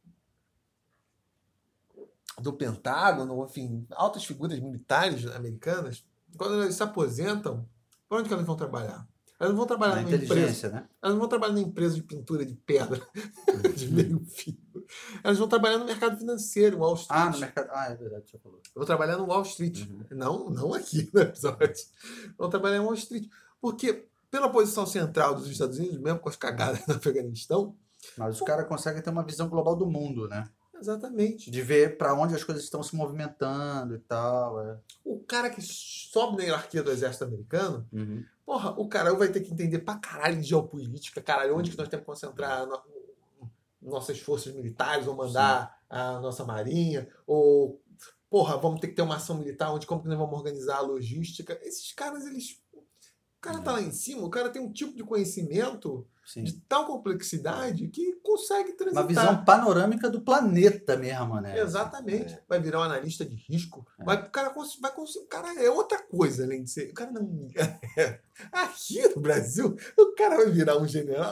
do Pentágono, enfim, altas figuras militares americanas, quando elas se aposentam, para onde que elas vão trabalhar? Elas não vão trabalhar na numa empresa. inteligência, né? Elas não vão trabalhar numa empresa de pintura de pedra, de meio fio. Elas vão trabalhar no mercado financeiro, Wall Street. Ah, no mercado. Ah, é verdade, você falou. Vão trabalhar no Wall Street. Uhum. Não, não aqui no episódio. Vão trabalhar em Wall Street. Porque, pela posição central dos Estados Unidos, mesmo com as cagadas no Afeganistão, Mas os caras conseguem ter uma visão global do mundo, né? exatamente. De ver para onde as coisas estão se movimentando e tal. É. O cara que sobe na hierarquia do exército americano, Uhum. porra, o cara vai ter que entender pra caralho de geopolítica, caralho, onde que nós temos que concentrar no, nossas forças militares, ou mandar Sim. a nossa marinha, ou, porra, vamos ter que ter uma ação militar, onde como que nós vamos organizar a logística. Esses caras, eles... O cara tá lá em cima, o cara tem um tipo de conhecimento Sim. de tal complexidade que consegue transitar. Uma visão panorâmica do planeta mesmo, né? Exatamente. É. Vai virar um analista de risco. É. Vai, o cara vai conseguir. O cara é outra coisa, além de ser. O cara não. Aqui no Brasil, o cara vai virar um general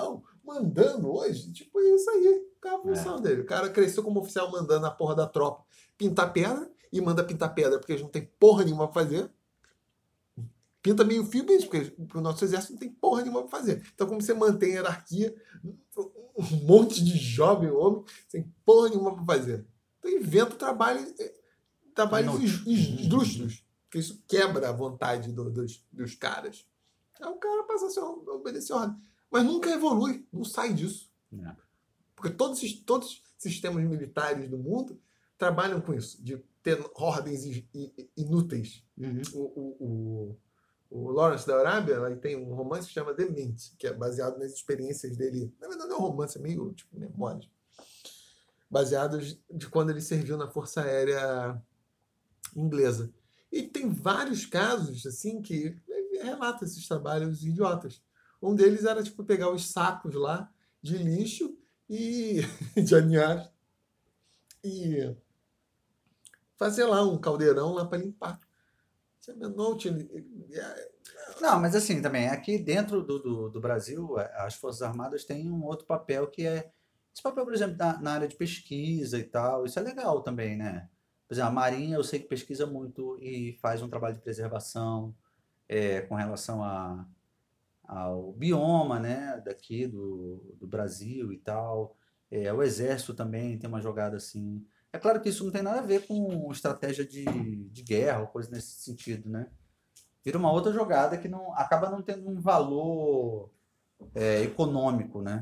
mandando hoje, tipo, é isso aí. Qual é a função é. dele? O cara cresceu como oficial mandando a porra da tropa pintar pedra e manda pintar pedra porque eles não tem porra nenhuma pra fazer. Pinta meio fio mesmo, porque o nosso exército não tem porra nenhuma pra fazer. Então, como você mantém a hierarquia, um monte de jovem homem sem porra nenhuma pra fazer. Então, inventa trabalho, trabalhos injustos, porque isso quebra a vontade do, dos, dos caras. Aí o cara passa a ser, obedecer a ordem. Mas nunca evolui, não sai disso. É. Porque todos os, todos os sistemas militares do mundo trabalham com isso, de ter ordens inúteis. Uhum. O, o, o, o Lawrence da Arábia, ela tem um romance que se chama The Mint, que é baseado nas experiências dele. Na verdade, não é um romance, é meio tipo memórias. Baseados de quando ele serviu na Força Aérea Inglesa. E tem vários casos assim que relata esses trabalhos idiotas. Um deles era tipo pegar os sacos lá de lixo e de aninhagem e fazer lá um caldeirão lá para limpar. Isso é menor utilidade. Não, mas assim também, aqui dentro do, do, do Brasil, as Forças Armadas têm um outro papel que é esse papel, por exemplo, na, na área de pesquisa e tal. Isso é legal também, né? Por exemplo, a Marinha eu sei que pesquisa muito e faz um trabalho de preservação é, com relação a, ao bioma, né, daqui do, do Brasil e tal. É, o Exército também tem uma jogada assim. É claro que isso não tem nada a ver com estratégia de, de guerra ou coisa nesse sentido, né? Vira uma outra jogada que não, acaba não tendo um valor é, econômico, né?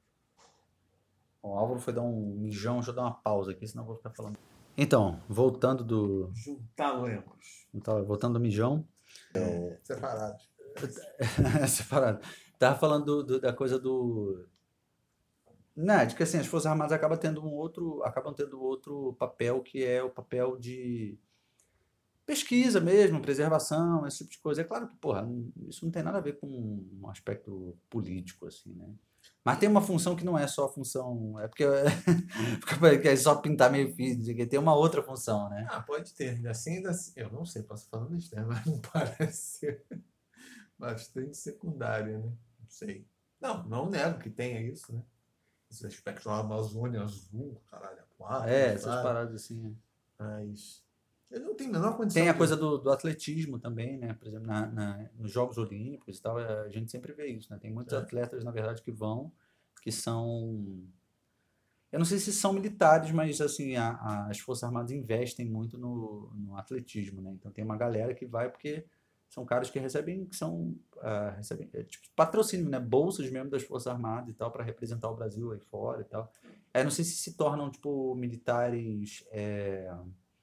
O Álvaro foi dar um mijão, deixa eu dar uma pausa aqui, senão eu vou ficar falando. Então, voltando do... Juntar lemos. Então, voltando do mijão... É, separados. Separado. Tava falando do, do, da coisa do... Não, de que assim, as Forças Armadas acabam tendo um outro, acabam tendo outro papel, que é o papel de pesquisa mesmo, preservação, esse tipo de coisa. É claro que, porra, isso não tem nada a ver com um aspecto político, assim, né? Mas tem uma função que não é só função... É porque, porque é só pintar meio fio, tem uma outra função, né? Ah, pode ter. Ainda assim, ainda assim, eu não sei, posso falar isso, né? Mas não parece ser bastante secundária, né? Não sei. Não, não nego que tenha isso, né? Esse aspecto da Amazônia azul, caralho, quatro. É, essas sabe? Paradas assim. Mas ele não tem a menor condição. Tem a coisa do, do atletismo também, né? Por exemplo, na, na, nos Jogos Olímpicos e tal, a gente sempre vê isso, né? Tem muitos é. atletas, na verdade, que vão, que são... Eu não sei se são militares, mas assim, a, a, as Forças Armadas investem muito no, no atletismo, né? Então tem uma galera que vai porque são caras que recebem, que são, uh, recebem é, tipo, patrocínio, né? Bolsas mesmo das Forças Armadas e tal, para representar o Brasil aí fora e tal. É, não sei se se tornam, tipo, militares... É,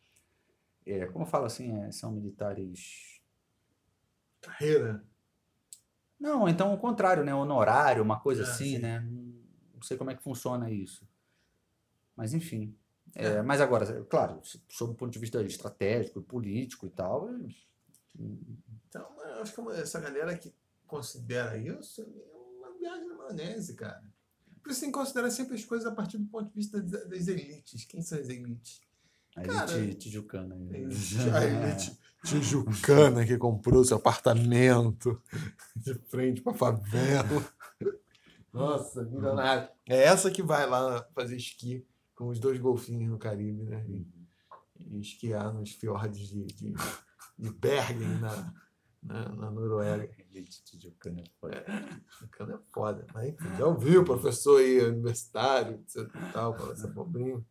É, como eu falo assim, é, são militares... Carreira? Não, então o contrário, né? Honorário, uma coisa ah, assim, sim. né? Não sei como é que funciona isso. Mas enfim. É, é. Mas agora, claro, sob o ponto de vista estratégico, político e tal... É... Então, eu acho que essa galera que considera isso é uma viagem na maionese, cara. Por isso tem que considerar sempre as coisas a partir do ponto de vista das elites. Quem são as elites? A elite tijucana. A elite tijucana que comprou seu apartamento de frente para a favela. Nossa, milionário. É essa que vai lá fazer esqui com os dois golfinhos no Caribe, né? E, e esquiar nos fiordes de, de, de Bergen, na, na, na Noruega. Elite tijucana é foda. É, tijucana é foda. Mas enfim, já ouviu o professor aí, universitário, e tal, falando essa pobrinha.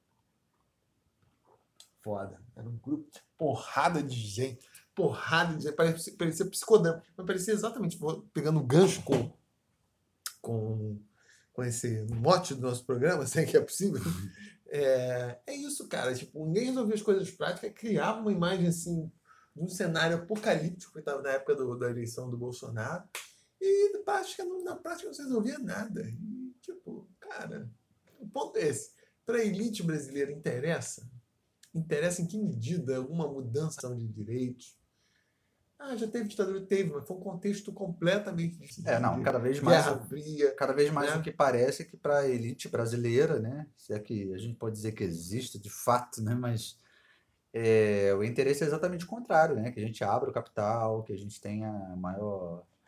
Foda. Era um grupo, porrada de gente, porrada de gente, parecia, parecia psicodrama, mas parecia exatamente, pegando gancho com, com, com esse mote do nosso programa, sei que é possível, é, é isso, cara, tipo, ninguém resolvia as coisas práticas, criava uma imagem, assim, de um cenário apocalíptico, que estava na época do, da eleição do Bolsonaro, e na prática, na prática não se resolvia nada, e, tipo, cara, o ponto é esse, para a elite brasileira interessa? Interessa em que medida alguma mudança de direitos? Ah, já teve ditadura? Teve, mas foi um contexto completamente diferente. É, não, cada vez mais, Guerra Fria, cada vez mais né? O que parece é que para a elite brasileira, né, se é que a gente pode dizer que existe de fato, né, mas é, o interesse é exatamente o contrário, né, que a gente abra o capital, que a gente tenha maior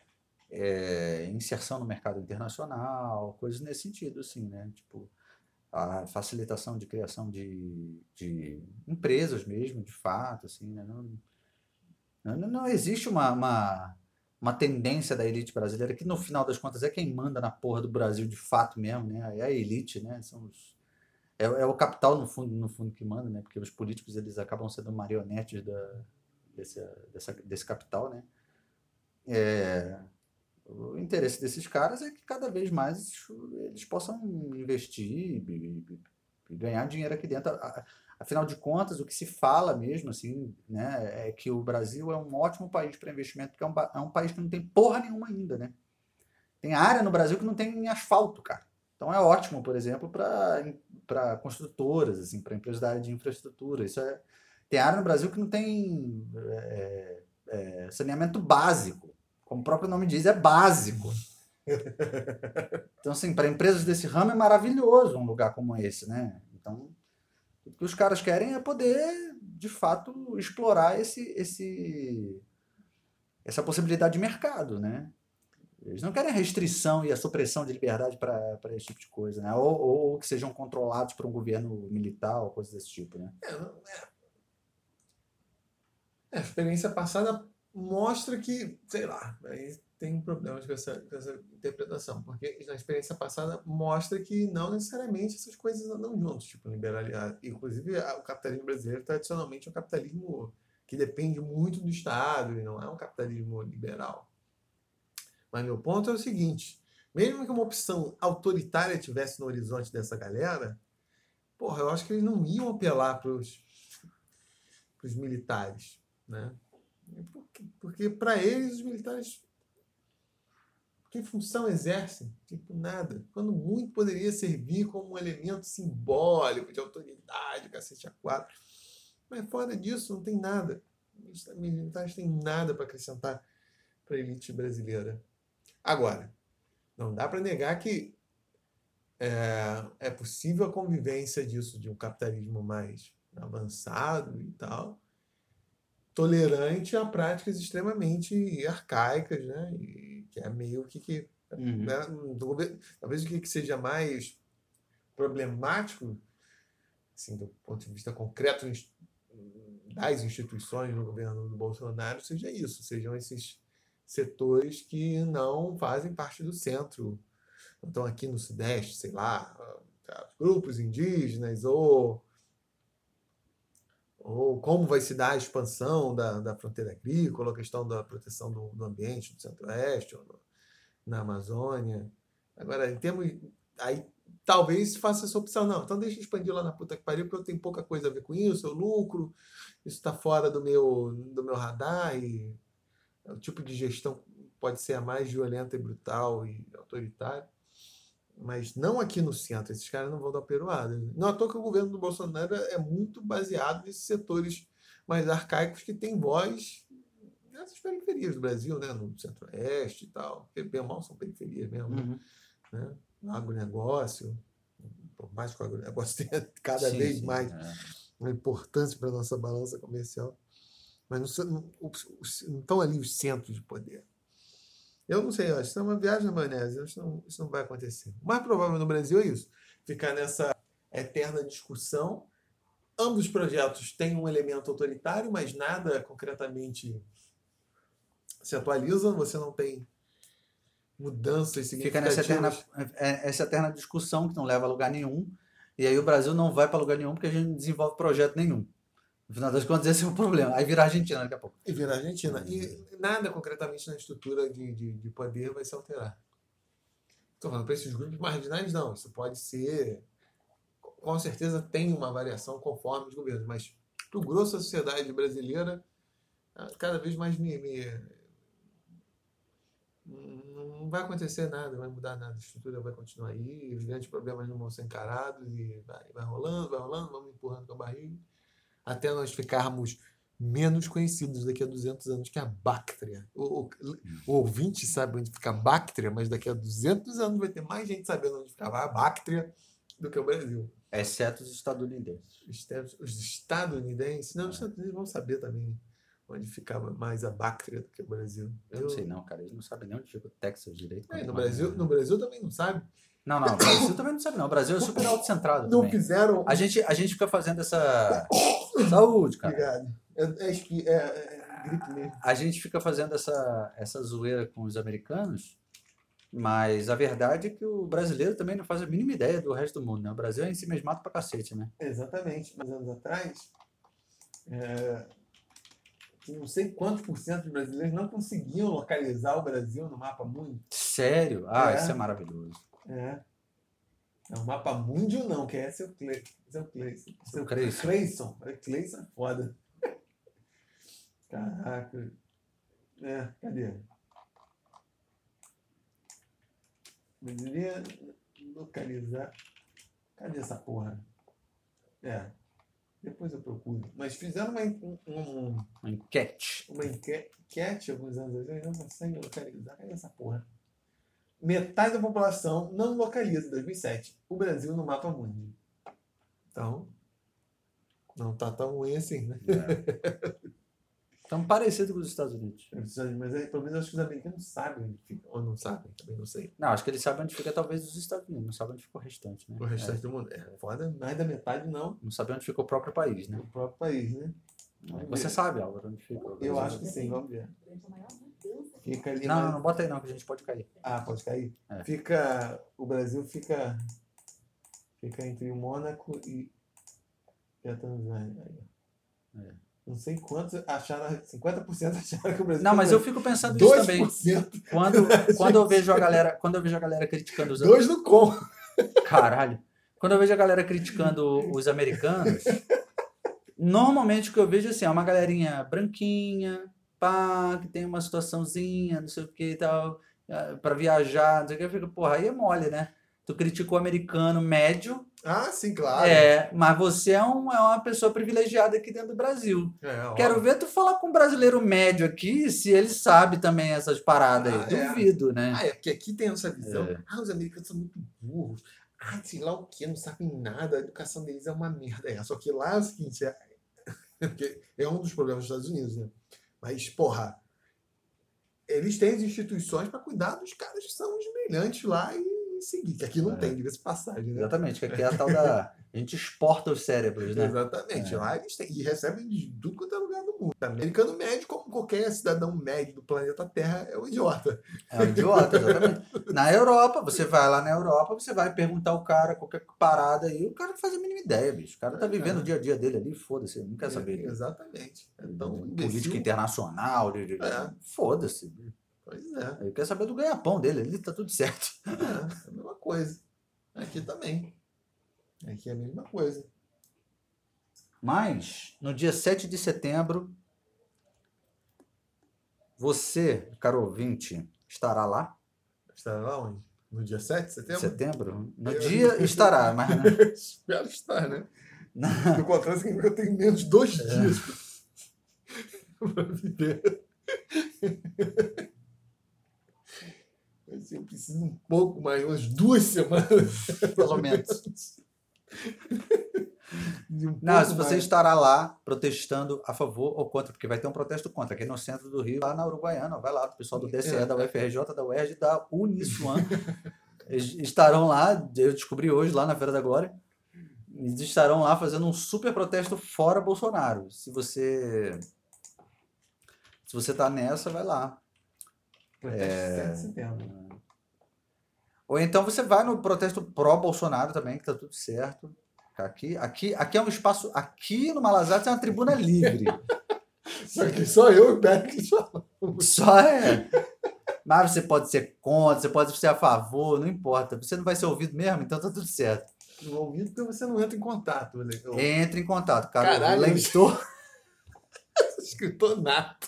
é, inserção no mercado internacional, coisas nesse sentido, assim, né? Tipo, a facilitação de criação de, de empresas mesmo, de fato, assim, né? Não, não, não existe uma, uma, uma tendência da elite brasileira, que no final das contas é quem manda na porra do Brasil de fato mesmo, né? É a elite, né? São os, é, é o capital no fundo, no fundo que manda, né? Porque os políticos eles acabam sendo marionetes da, desse, dessa, desse capital, né? É, o interesse desses caras é que cada vez mais eles possam investir e, e ganhar dinheiro aqui dentro. Afinal de contas, o que se fala mesmo, assim, né, é que o Brasil é um ótimo país para investimento, porque é um, é um país que não tem porra nenhuma ainda, né? Tem área no Brasil que não tem asfalto, cara. Então é ótimo, por exemplo, para construtoras, assim, para empresas da área de infraestrutura. Isso é, tem área no Brasil que não tem é, é, saneamento básico. Como o próprio nome diz, é básico. Então, assim, para empresas desse ramo é maravilhoso um lugar como esse, né? Então, o que os caras querem é poder, de fato, explorar esse, esse, essa possibilidade de mercado, né? Eles não querem a restrição e a supressão de liberdade para esse tipo de coisa, né? Ou, ou que sejam controlados por um governo militar ou coisas desse tipo, né? É, não, é. É, a experiência passada mostra que, sei lá, aí tem problemas com essa, com essa interpretação, porque na experiência passada mostra que não necessariamente essas coisas andam juntos, tipo liberalidade. Inclusive, o capitalismo brasileiro tradicionalmente é um capitalismo que depende muito do Estado e não é um capitalismo liberal. Mas meu ponto é o seguinte, mesmo que uma opção autoritária tivesse no horizonte dessa galera, porra, eu acho que eles não iam apelar para os militares, né? Porque, porque para eles, os militares, que função exercem? Tipo, nada. Quando muito poderia servir como um elemento simbólico de autoridade, cacete a quatro. Mas fora disso, não tem nada. Os militares têm nada para acrescentar para a elite brasileira. Agora, não dá para negar que é, é possível a convivência disso, de um capitalismo mais avançado e tal, tolerante a práticas extremamente arcaicas, né? E que é meio que... que Uhum. né? Talvez o que seja mais problemático, assim, do ponto de vista concreto das instituições no governo do Bolsonaro, seja isso, sejam esses setores que não fazem parte do centro, não estão aqui no Sudeste, sei lá, grupos indígenas, ou, ou como vai se dar a expansão da, da fronteira agrícola, a questão da proteção do, do ambiente do Centro-Oeste, ou no, na Amazônia. Agora, em termos... Aí, talvez faça essa opção. Não, então deixa eu expandir lá na puta que pariu, porque eu tenho pouca coisa a ver com isso, eu lucro, isso está fora do meu, do meu radar, e o tipo de gestão pode ser a mais violenta e brutal e autoritária, mas não aqui no centro. Esses caras não vão dar peruada. Não à toa que o governo do Bolsonaro é muito baseado nesses setores mais arcaicos que têm voz nessas periferias do Brasil, né? No Centro-Oeste e tal, porque bem ou mal são periferias mesmo, Uhum. né? No agronegócio, por mais que o agronegócio tenha cada Sim, vez sim, mais é. uma importância para a nossa balança comercial, mas não, não, não estão ali os centros de poder. Eu não sei, eu acho que isso é uma viagem na maionese, isso não, isso não vai acontecer. O mais provável no Brasil é isso, ficar nessa eterna discussão. Ambos os projetos têm um elemento autoritário, mas nada concretamente se atualiza, você não tem mudanças Fica nessa significativas. eterna, essa eterna discussão que não leva a lugar nenhum, e aí o Brasil não vai para lugar nenhum porque a gente não desenvolve projeto nenhum. No final das contas, esse é o problema. Aí vira Argentina daqui a pouco. E vira Argentina. E nada concretamente na estrutura de, de, de poder vai se alterar. Estou falando para esses grupos marginais, não. Isso pode ser... Com certeza tem uma variação conforme os governos, mas para o grosso da sociedade brasileira, cada vez mais me, me... não vai acontecer nada, não vai mudar nada. A estrutura vai continuar aí, os grandes problemas não vão ser encarados e vai, vai rolando, vai rolando, vamos empurrando com a barriga, até nós ficarmos menos conhecidos daqui a duzentos anos que a Bactria. O, o, o ouvinte sabe onde fica a Bactria, mas daqui a duzentos anos vai ter mais gente sabendo onde ficava a Bactria do que o Brasil. Exceto os estadunidenses. Os, os estadunidenses? Não, os Estados Unidos vão saber também. onde ficava mais a Bactria do que o Brasil. Eu não sei não, cara. Eles não sabem nem onde fica o Texas direito. É, no, Brasil, no Brasil também não sabe. Não, não. O Brasil também não sabe não. O Brasil é super autocentrado Não também. fizeram... A gente, a gente fica fazendo essa... Saúde, cara. Obrigado. É, é, é, é gripe mesmo. A gente fica fazendo essa, essa zoeira com os americanos, mas a verdade é que o brasileiro também não faz a mínima ideia do resto do mundo, né? O Brasil é em si mesmado pra cacete, né? Exatamente. Mas anos atrás, é, não sei quantos por cento dos brasileiros não conseguiam localizar o Brasil no mapa mundo. Sério? Ah, É. isso é maravilhoso. É. É o mapa mundial não, que é seu Cle... seu Cleison. Seu Cleison. Cleison. É, Cleison é foda. Caraca. É, cadê? Deveria localizar. Cadê essa porra? É. Depois eu procuro. Mas fizeram uma, um, Uma enquete. uma enquete alguns anos atrás, não consegue localizar. Cadê essa porra? Metade da população não localiza em dois mil e sete o Brasil no mapa mundi. Então, não tá tão ruim assim, né? É. Tão parecido com os Estados Unidos. Mas aí, pelo menos acho que os americanos sabem onde fica. Ou não sabem, também não sei. Não, acho que eles sabem onde fica talvez os Estados Unidos. Não sabem onde fica o restante, né? O restante do mundo. É foda, mais da metade não. Não sabem onde fica o próprio país, né? O próprio país, né? Vamos Você ver. sabe, Álvaro, onde fica o Eu Brasil? acho que sim, vamos ver. Fica ali. Não, mais- não, não bota aí não, que a gente pode cair. Ah, pode cair? É. Fica. O Brasil fica. Fica entre o Mônaco e, e a Tanzânia. Aí, ó. É. Não sei quantos acharam. cinquenta por cento acharam que o Brasil. Não, mas eu fico pensando nisso dois também. por cento. Quando, quando eu vejo a galera, quando eu vejo a galera criticando os Dois no com. Caralho. Quando eu vejo a galera criticando os americanos, normalmente o que eu vejo assim, é uma galerinha branquinha, pá, que tem uma situaçãozinha, não sei o que e tal, eh, pra viajar, não sei o que, eu fico, porra, aí é mole, né? Tu critica o americano médio, Ah, sim, claro. é, mas você é, um, é uma pessoa privilegiada aqui dentro do Brasil. É, Quero óbvio. ver tu falar com um brasileiro médio aqui, se ele sabe também essas paradas aí. Ah, é. Duvido, né? Ah, é porque aqui tem essa visão. É. Ah, os americanos são muito burros. Ah, sei lá o que, não sabem nada. A educação deles é uma merda. É, só que lá é o seguinte, é, porque é um dos problemas dos Estados Unidos, né? Mas, porra, eles têm as instituições para cuidar dos caras que são os brilhantes lá e seguir. Que aqui não É. tem, diga-se passagem, né? Exatamente, que aqui é a tal da... A gente exporta os cérebros, né? Exatamente. É. Lá eles têm, e recebem de tudo quanto é lugar do mundo. O americano médio, como qualquer cidadão médio do planeta Terra, é um idiota. É um idiota, exatamente. Na Europa, você vai lá na Europa, você vai perguntar ao cara qualquer parada aí, o cara não faz a mínima ideia, bicho. O cara tá É, vivendo é. o dia a dia dele ali, foda-se, não quer saber. de- Exatamente. Então, de imbecil- política internacional, de, de- É. foda-se. Pois é. Ele quer saber do ganha-pão dele, ali tá tudo certo. É, é a mesma coisa. Aqui também. Aqui é a mesma coisa. Mas, no dia sete de setembro, você, caro ouvinte, estará lá? Estará lá onde? No dia sete de setembro? Setembro? No Eu- dia estará, mas... Espero estar, né? Do contrário, significa que eu tenho menos dois É. dias para viver. Assim, eu preciso um pouco mais, umas duas semanas. Pelo menos. De um Não, pouco se você mais. estará lá protestando a favor ou contra, porque vai ter um protesto contra, aqui no centro do Rio, lá na Uruguaiana, vai lá, o pessoal do D C E, É. da U F R J, da U E R J, da Uniswan, eles estarão lá, eu descobri hoje lá na Feira da Glória, eles estarão lá fazendo um super protesto fora Bolsonaro. Se você se você tá nessa, vai lá. Protesto sete de setembro. Ou então você vai no protesto pró-Bolsonaro também, que tá tudo certo. Aqui, aqui, aqui é um espaço. Aqui no Malazarte é uma tribuna livre. Só que só eu e o Beck falamos. Só é. Mas você pode ser contra, você pode ser a favor, não importa. Você não vai ser ouvido mesmo, então tá tudo certo. Não ouvi porque você não entra em contato. né? Eu- Entre em contato, cara. Caralho. Leitor, Escritor nato.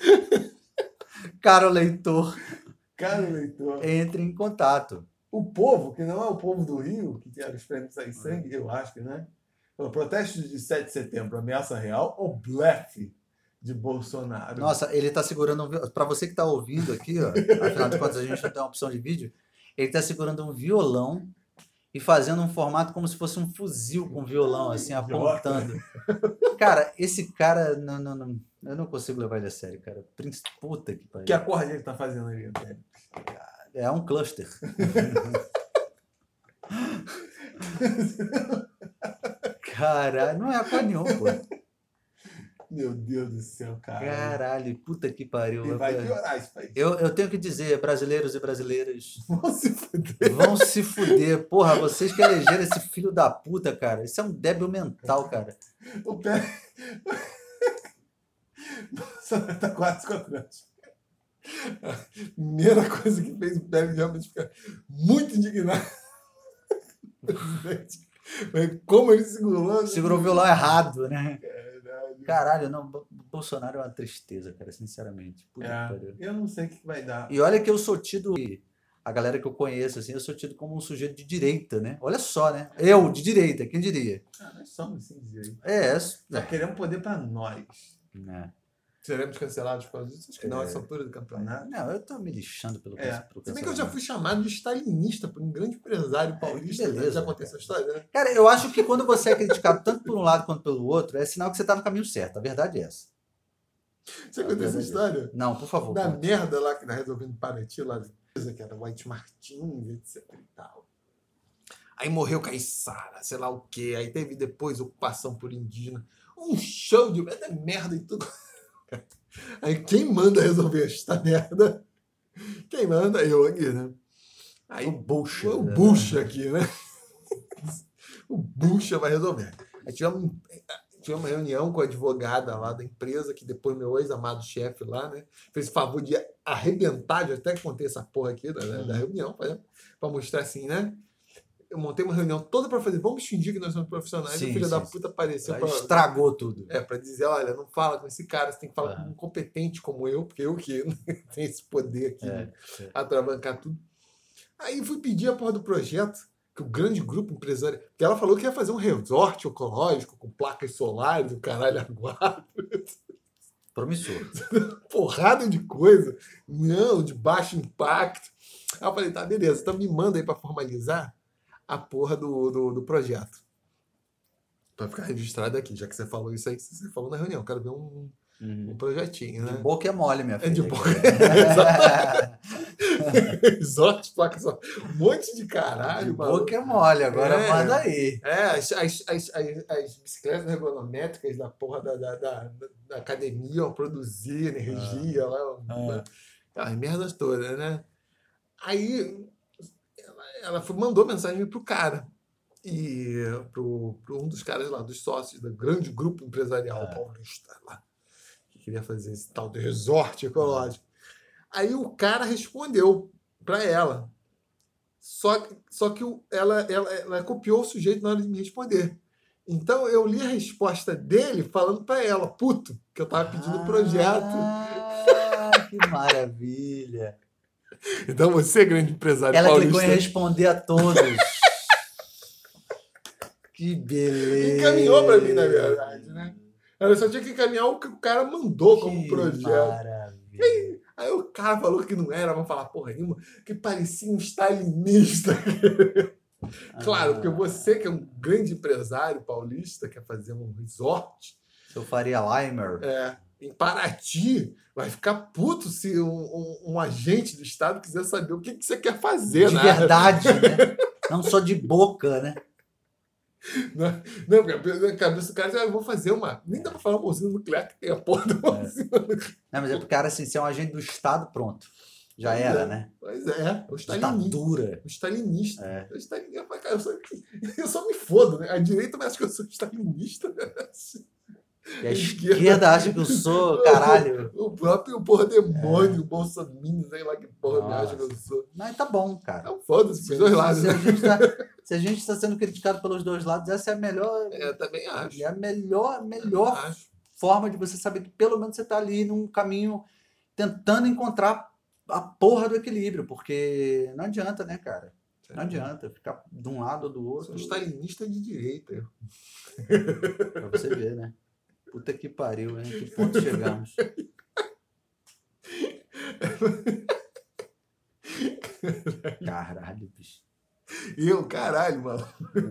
caro leitor, Cara, leitor. entre em contato. O povo, que não é o povo do Rio, que quer os prêmios sair sangue, eu acho que, né? O protesto de sete de setembro, ameaça real ou blefe de Bolsonaro? Nossa, ele tá segurando um. vi- Pra você que tá ouvindo aqui, ó, afinal de contas a gente não tem uma opção de vídeo, ele tá segurando um violão e fazendo um formato como se fosse um fuzil com violão, assim, apontando. Cara, esse cara, não, não, não, eu não consigo levar ele a sério, cara. Puta que pariu. Que acorde ele tá fazendo ali, velho? É um cluster. Caralho, não é acorde nenhum, pô. Meu Deus do céu, cara. Caralho, puta que pariu. E vai piorar isso aí. Eu, eu tenho que dizer, brasileiros e brasileiras, vão se fuder. Vão se fuder. Porra, vocês que elegeram esse filho da puta, cara. Isso é um débil mental, cara. O pé... Bolsonaro tá quase contra anos. A primeira coisa que fez o Pérez realmente ficar muito indignado. Como ele segurou. Segurou o violão errado, né? Caralho, não. Bolsonaro é uma tristeza, cara, sinceramente. Puta é, que pariu. Eu não sei o que vai dar. E olha que eu sou tido. A galera que eu conheço, assim, eu sou tido como um sujeito de direita, né? Olha só, né? Eu, de direita, quem diria? Ah, nós somos assim de direita. É, Só é. queremos poder pra nós. É. Seremos cancelados por causa disso? Acho que é. não, essa altura do campeonato. Não, eu tô me lixando pelo é. pelo Se bem que eu já fui chamado de stalinista por um grande empresário paulista. É, beleza, já contei essa história, né? Cara, eu acho que quando você é criticado tanto por um lado quanto pelo outro, é sinal que você tá no caminho certo. A verdade é essa. Você contou essa história? Não, por favor. Da merda lá que nós resolvemos Paraty, lá que era White Martins, etc e tal. Aí morreu Caiçara, sei lá o quê. Aí teve depois ocupação por indígena. Um show de merda e tudo. Aí quem manda resolver esta merda? Quem manda? Eu aqui, né? Aí, o bucha. O bucha aqui, né? O bucha vai resolver. Aí tivemos, tivemos uma reunião com a advogada lá da empresa, que depois meu ex-amado chefe lá, né? Fez o favor de arrebentar, de até contei essa porra aqui da, hum. da reunião, para mostrar assim, né? Eu montei uma reunião toda para fazer, vamos fingir que nós somos profissionais, sim, e o filho sim, da puta apareceu para... Estragou tudo. É, para dizer, olha, não fala com esse cara, você tem que falar ah. com um competente como eu, porque eu que tenho esse poder aqui, é, né? é. atravancar tudo. Aí fui pedir a porra do projeto, que o grande grupo empresarial, que ela falou que ia fazer um resort ecológico com placas solares, o caralho aguado. Promissor. Porrada de coisa. Não, de baixo impacto. Aí eu falei, tá, beleza, então me manda aí para formalizar a porra do, do, do projeto. Pra ficar registrado aqui, já que você falou isso aí, você falou na reunião. Eu quero ver um, uhum. um projetinho, né? De boca é mole, minha filha. É de boca. Exótico, placa só. Um monte de caralho. De boca é mole, agora é, manda aí. É, as, as, as, as, as bicicletas ergonométricas da porra da, da, da, da academia vão produzir energia ah. lá. Ah. As merdas todas, né? Aí ela foi, mandou mensagem pro cara. E pro, pro um dos caras lá, dos sócios do grande grupo empresarial ah. paulista lá, que queria fazer esse tal de resort ecológico. Ah. Aí o cara respondeu para ela. Só que, só que o, ela, ela, ela copiou o sujeito na hora de me responder. Então eu li a resposta dele falando para ela, puto, que eu tava pedindo o ah, projeto. Que maravilha! Então você, grande empresário ela paulista... Ela clicou em responder a todos. Que beleza! Encaminhou para mim, na verdade, né? Ela só tinha que encaminhar o que o cara mandou como que projeto. Maravilha! Aí, aí o cara falou que não era, vamos falar porra nenhuma, que parecia um stalinista. Claro, ah. porque você, que é um grande empresário paulista, quer fazer um resort... Eu faria Limer. É... Em Paraty, vai ficar puto se um, um, um agente do Estado quiser saber o que, que você quer fazer. De né? verdade, né? Não só de boca, né? Não, não, porque na cabeça do cara, eu vou fazer uma... Nem dá pra falar uma usina nuclear que tem a porra de uma usina nuclear. Não, mas é porque, cara, assim, se é um agente do Estado, pronto. Já pois era, é, né? Pois é. O stalinista. Ditadura. O stalinista. É. O stalinista. Eu, só, eu só me fodo, né? A direita me acha que eu sou stalinista. E a esquerda, esquerda acha que eu sou, caralho. O, o próprio porra demônio, é. o Bolsonaro, sei lá que porra Nossa. me acha que eu sou. Mas tá bom, cara. Não, foda-se, dos dois lados. Se, né? a gente tá, se a gente está sendo criticado pelos dois lados, essa é a melhor. É, eu também acho. É a melhor, melhor forma de você saber que pelo menos você tá ali num caminho tentando encontrar a porra do equilíbrio, porque não adianta, né, cara? Não é. adianta ficar de um lado ou do outro. Sou stalinista de direita. Pra você ver, né? Puta que pariu, hein? Que ponto chegamos? Caralho, bicho. E eu, caralho, mano.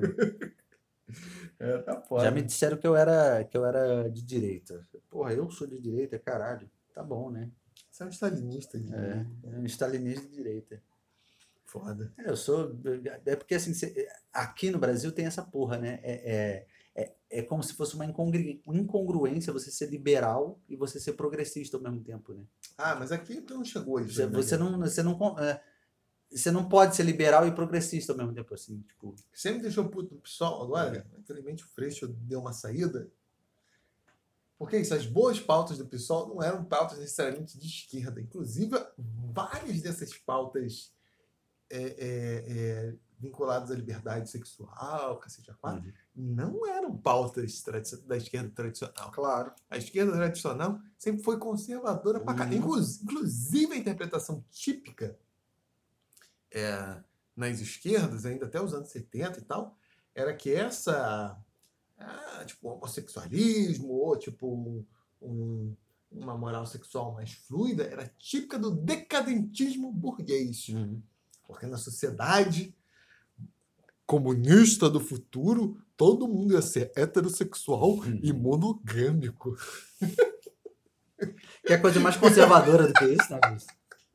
É, tá foda. Já me disseram que eu era, que eu era de direita. Porra, eu sou de direita, caralho. Tá bom, né? Você é um stalinista. De... É, é um stalinista de direita. Foda. É, eu sou... É porque, assim, cê- aqui no Brasil tem essa porra, né? É, é, é, é como se fosse uma incongru- incongruência você ser liberal e você ser progressista ao mesmo tempo, né? Ah, mas aqui não chegou isso. Você, aí, né, você cara? não... Você não con- é, você não pode ser liberal e progressista ao mesmo tempo, assim, tipo... Você me deixou puto no PSOL agora, cara. Infelizmente o Freixo deu uma saída. Porque isso, as boas pautas do PSOL não eram pautas necessariamente de esquerda. Inclusive, várias dessas pautas é, é, é, vinculadas à liberdade sexual, cacete a quatro, Uhum. não eram pautas tradi- da esquerda tradicional. Claro. A esquerda tradicional sempre foi conservadora pra caralho. Uhum. Inclu- Inclusive, a interpretação típica é, nas esquerdas, ainda até os anos setenta e tal, era que essa, ah, tipo, homossexualismo ou tipo um- um- uma moral sexual mais fluida era típica do decadentismo burguês. Uhum. Porque na sociedade comunista do futuro, todo mundo ia ser heterossexual Uhum. e monogâmico. Que é coisa mais conservadora do que isso, né, bicho?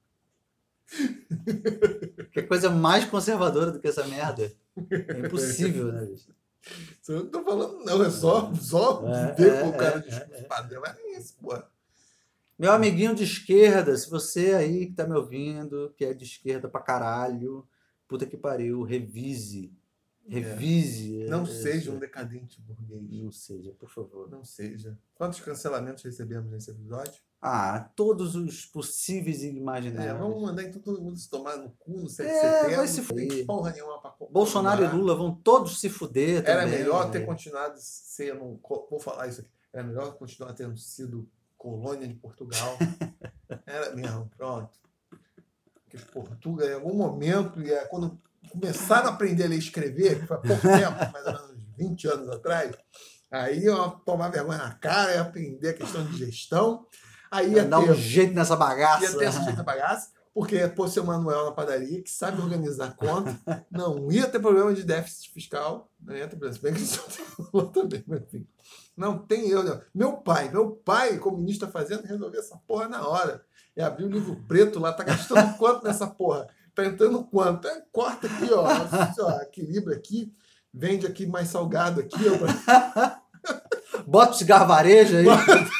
Que coisa mais conservadora do que essa merda? É impossível, né, bicho? Isso eu não tô falando, não. É só, só É, ver é, com o cara é, de é, é. padrão. É isso, pô. Meu amiguinho de esquerda, se você aí que tá me ouvindo, que é de esquerda pra caralho, puta que pariu, revise. Revise. Não é, seja é, um decadente burguês. Não seja, por favor. Não seja. Quantos cancelamentos recebemos nesse episódio? Ah, todos os possíveis e É, imagináveis. vamos mandar então todo mundo se tomar no cu no sete de É, setembro. vai se Não tem fuder. porra nenhuma pra co- Bolsonaro e comemorar. Lula vão todos se fuder Era também. melhor ter né? continuado sendo. co- Vou falar isso aqui. Era melhor continuar tendo sido colônia de Portugal. Era mesmo, pronto. Porque Portugal, em algum momento, ia, quando começaram a aprender a ler e escrever, que foi há pouco tempo, mais ou menos uns vinte anos atrás, aí ia tomar vergonha na cara, ia aprender a questão de gestão. Aí ia Vai dar ter, um jeito nessa bagaça. ia ter essa jeito bagaça, porque ia pôr seu Manuel na padaria, que sabe organizar conta, não ia ter problema de déficit fiscal, não ia ter problema, se bem que isso também, mas enfim. Não tem eu, não. Meu pai, meu pai, comunista fazendo, resolveu essa porra na hora. E abriu o livro preto lá, tá gastando quanto nessa porra? Tá entrando quanto? É, corta aqui, ó, ó, equilibra aqui, vende aqui mais salgado aqui, ó. Bota o cigarro varejo aí.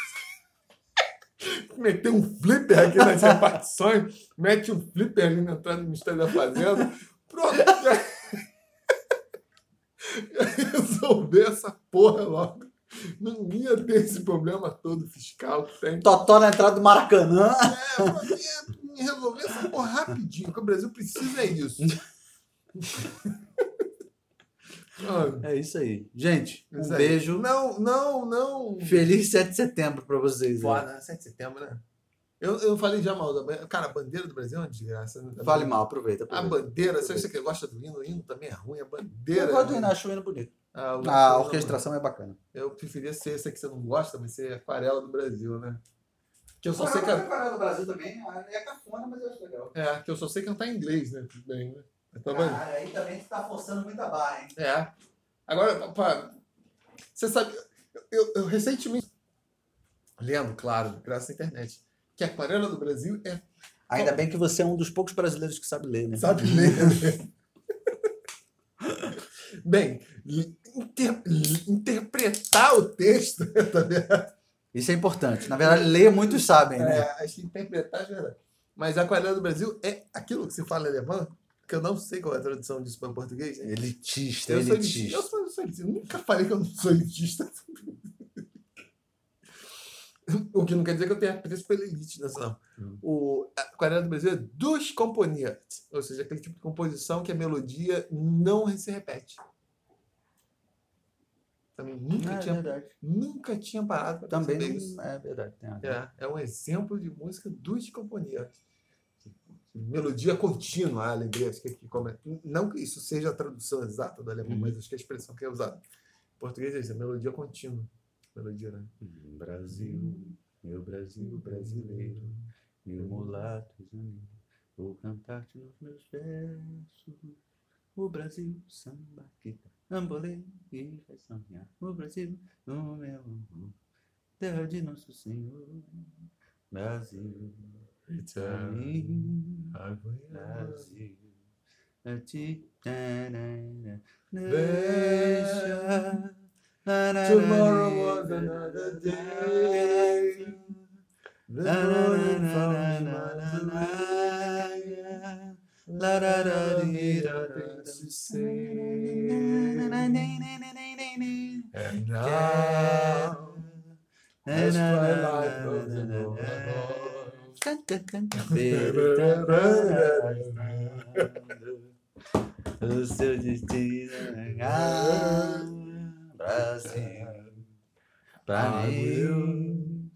Meter um flipper aqui nas repartições, mete um flipper ali na entrada do Ministério da Fazenda. Pronto, já, já resolver essa porra logo. Não ia ter esse problema todo fiscal que tem. Totó na entrada do Maracanã. É, ia resolver essa porra rapidinho, que o Brasil precisa é isso. É isso aí. Gente, um Isso aí. beijo. Não, não, não. Feliz sete de setembro pra vocês. Foda, né? sete de setembro, né? Eu, eu falei já mal da bandeira. Cara, a bandeira do Brasil é uma desgraça. Né? Fale mal, aproveita. A aproveita. bandeira, se você que gosta do hino, o hino também é ruim, a bandeira. Eu gosto do é- hino, acho o hino bonito. Ah, o- A orquestração é bacana. Eu preferia ser esse que você não gosta, mas ser aquarela do Brasil, né? Que eu só sei que a do Brasil também é cafona, mas eu acho legal. é, que eu só sei cantar em inglês, né? Tudo bem, né? Mas tá bom. Cara, aí também tu tá forçando muita barra, hein? É. Agora, pá, você sabe, eu, eu recentemente, lendo, claro, graças à internet, que a aquarela do Brasil é, Ainda bem que você é um dos poucos brasileiros que sabe ler, né? sabe ler. Bem, inter- interpretar o texto, tá vendo? Isso é importante. Na verdade, ler muitos sabem, né? É, acho que interpretar é verdade. Mas a aquarela do Brasil é aquilo que se fala em alemão, que eu não sei qual é a tradução disso para o português. Né? Elitista, Eu sou elitista. elitista. Eu sou, eu sou elitista. Eu nunca falei que eu não sou elitista. O que não quer dizer que eu tenha apreço pela elite nacional. Hum. O, a aquarela do Brasil é Durchkomponiert, ou seja, aquele tipo de composição que a melodia não se repete. Também nunca, É tinha, verdade. nunca tinha parado para Também perceber isso. não é verdade. Tem razão. É, é um exemplo de música Durchkomponiert. Melodia contínua, ah, lembrei, acho que aqui como é, não que isso seja a tradução exata do alemão, Uhum. mas acho que a expressão que é usada. Em português é isso, é melodia contínua. Melodia, né? Brasil, meu Brasil brasileiro, mil mulatos unidos, vou cantar-te nos meus versos, o Brasil, samba que ambolei e faz sonhar. O Brasil, o meu amor, terra de nosso Senhor. Brasil, pra mim, Brasil, a ti, deixa. Tomorrow was another day. The morning found me miles away. La da da dee da things to say. And now, as twilight goes o seu destino é Brasil, pra mim,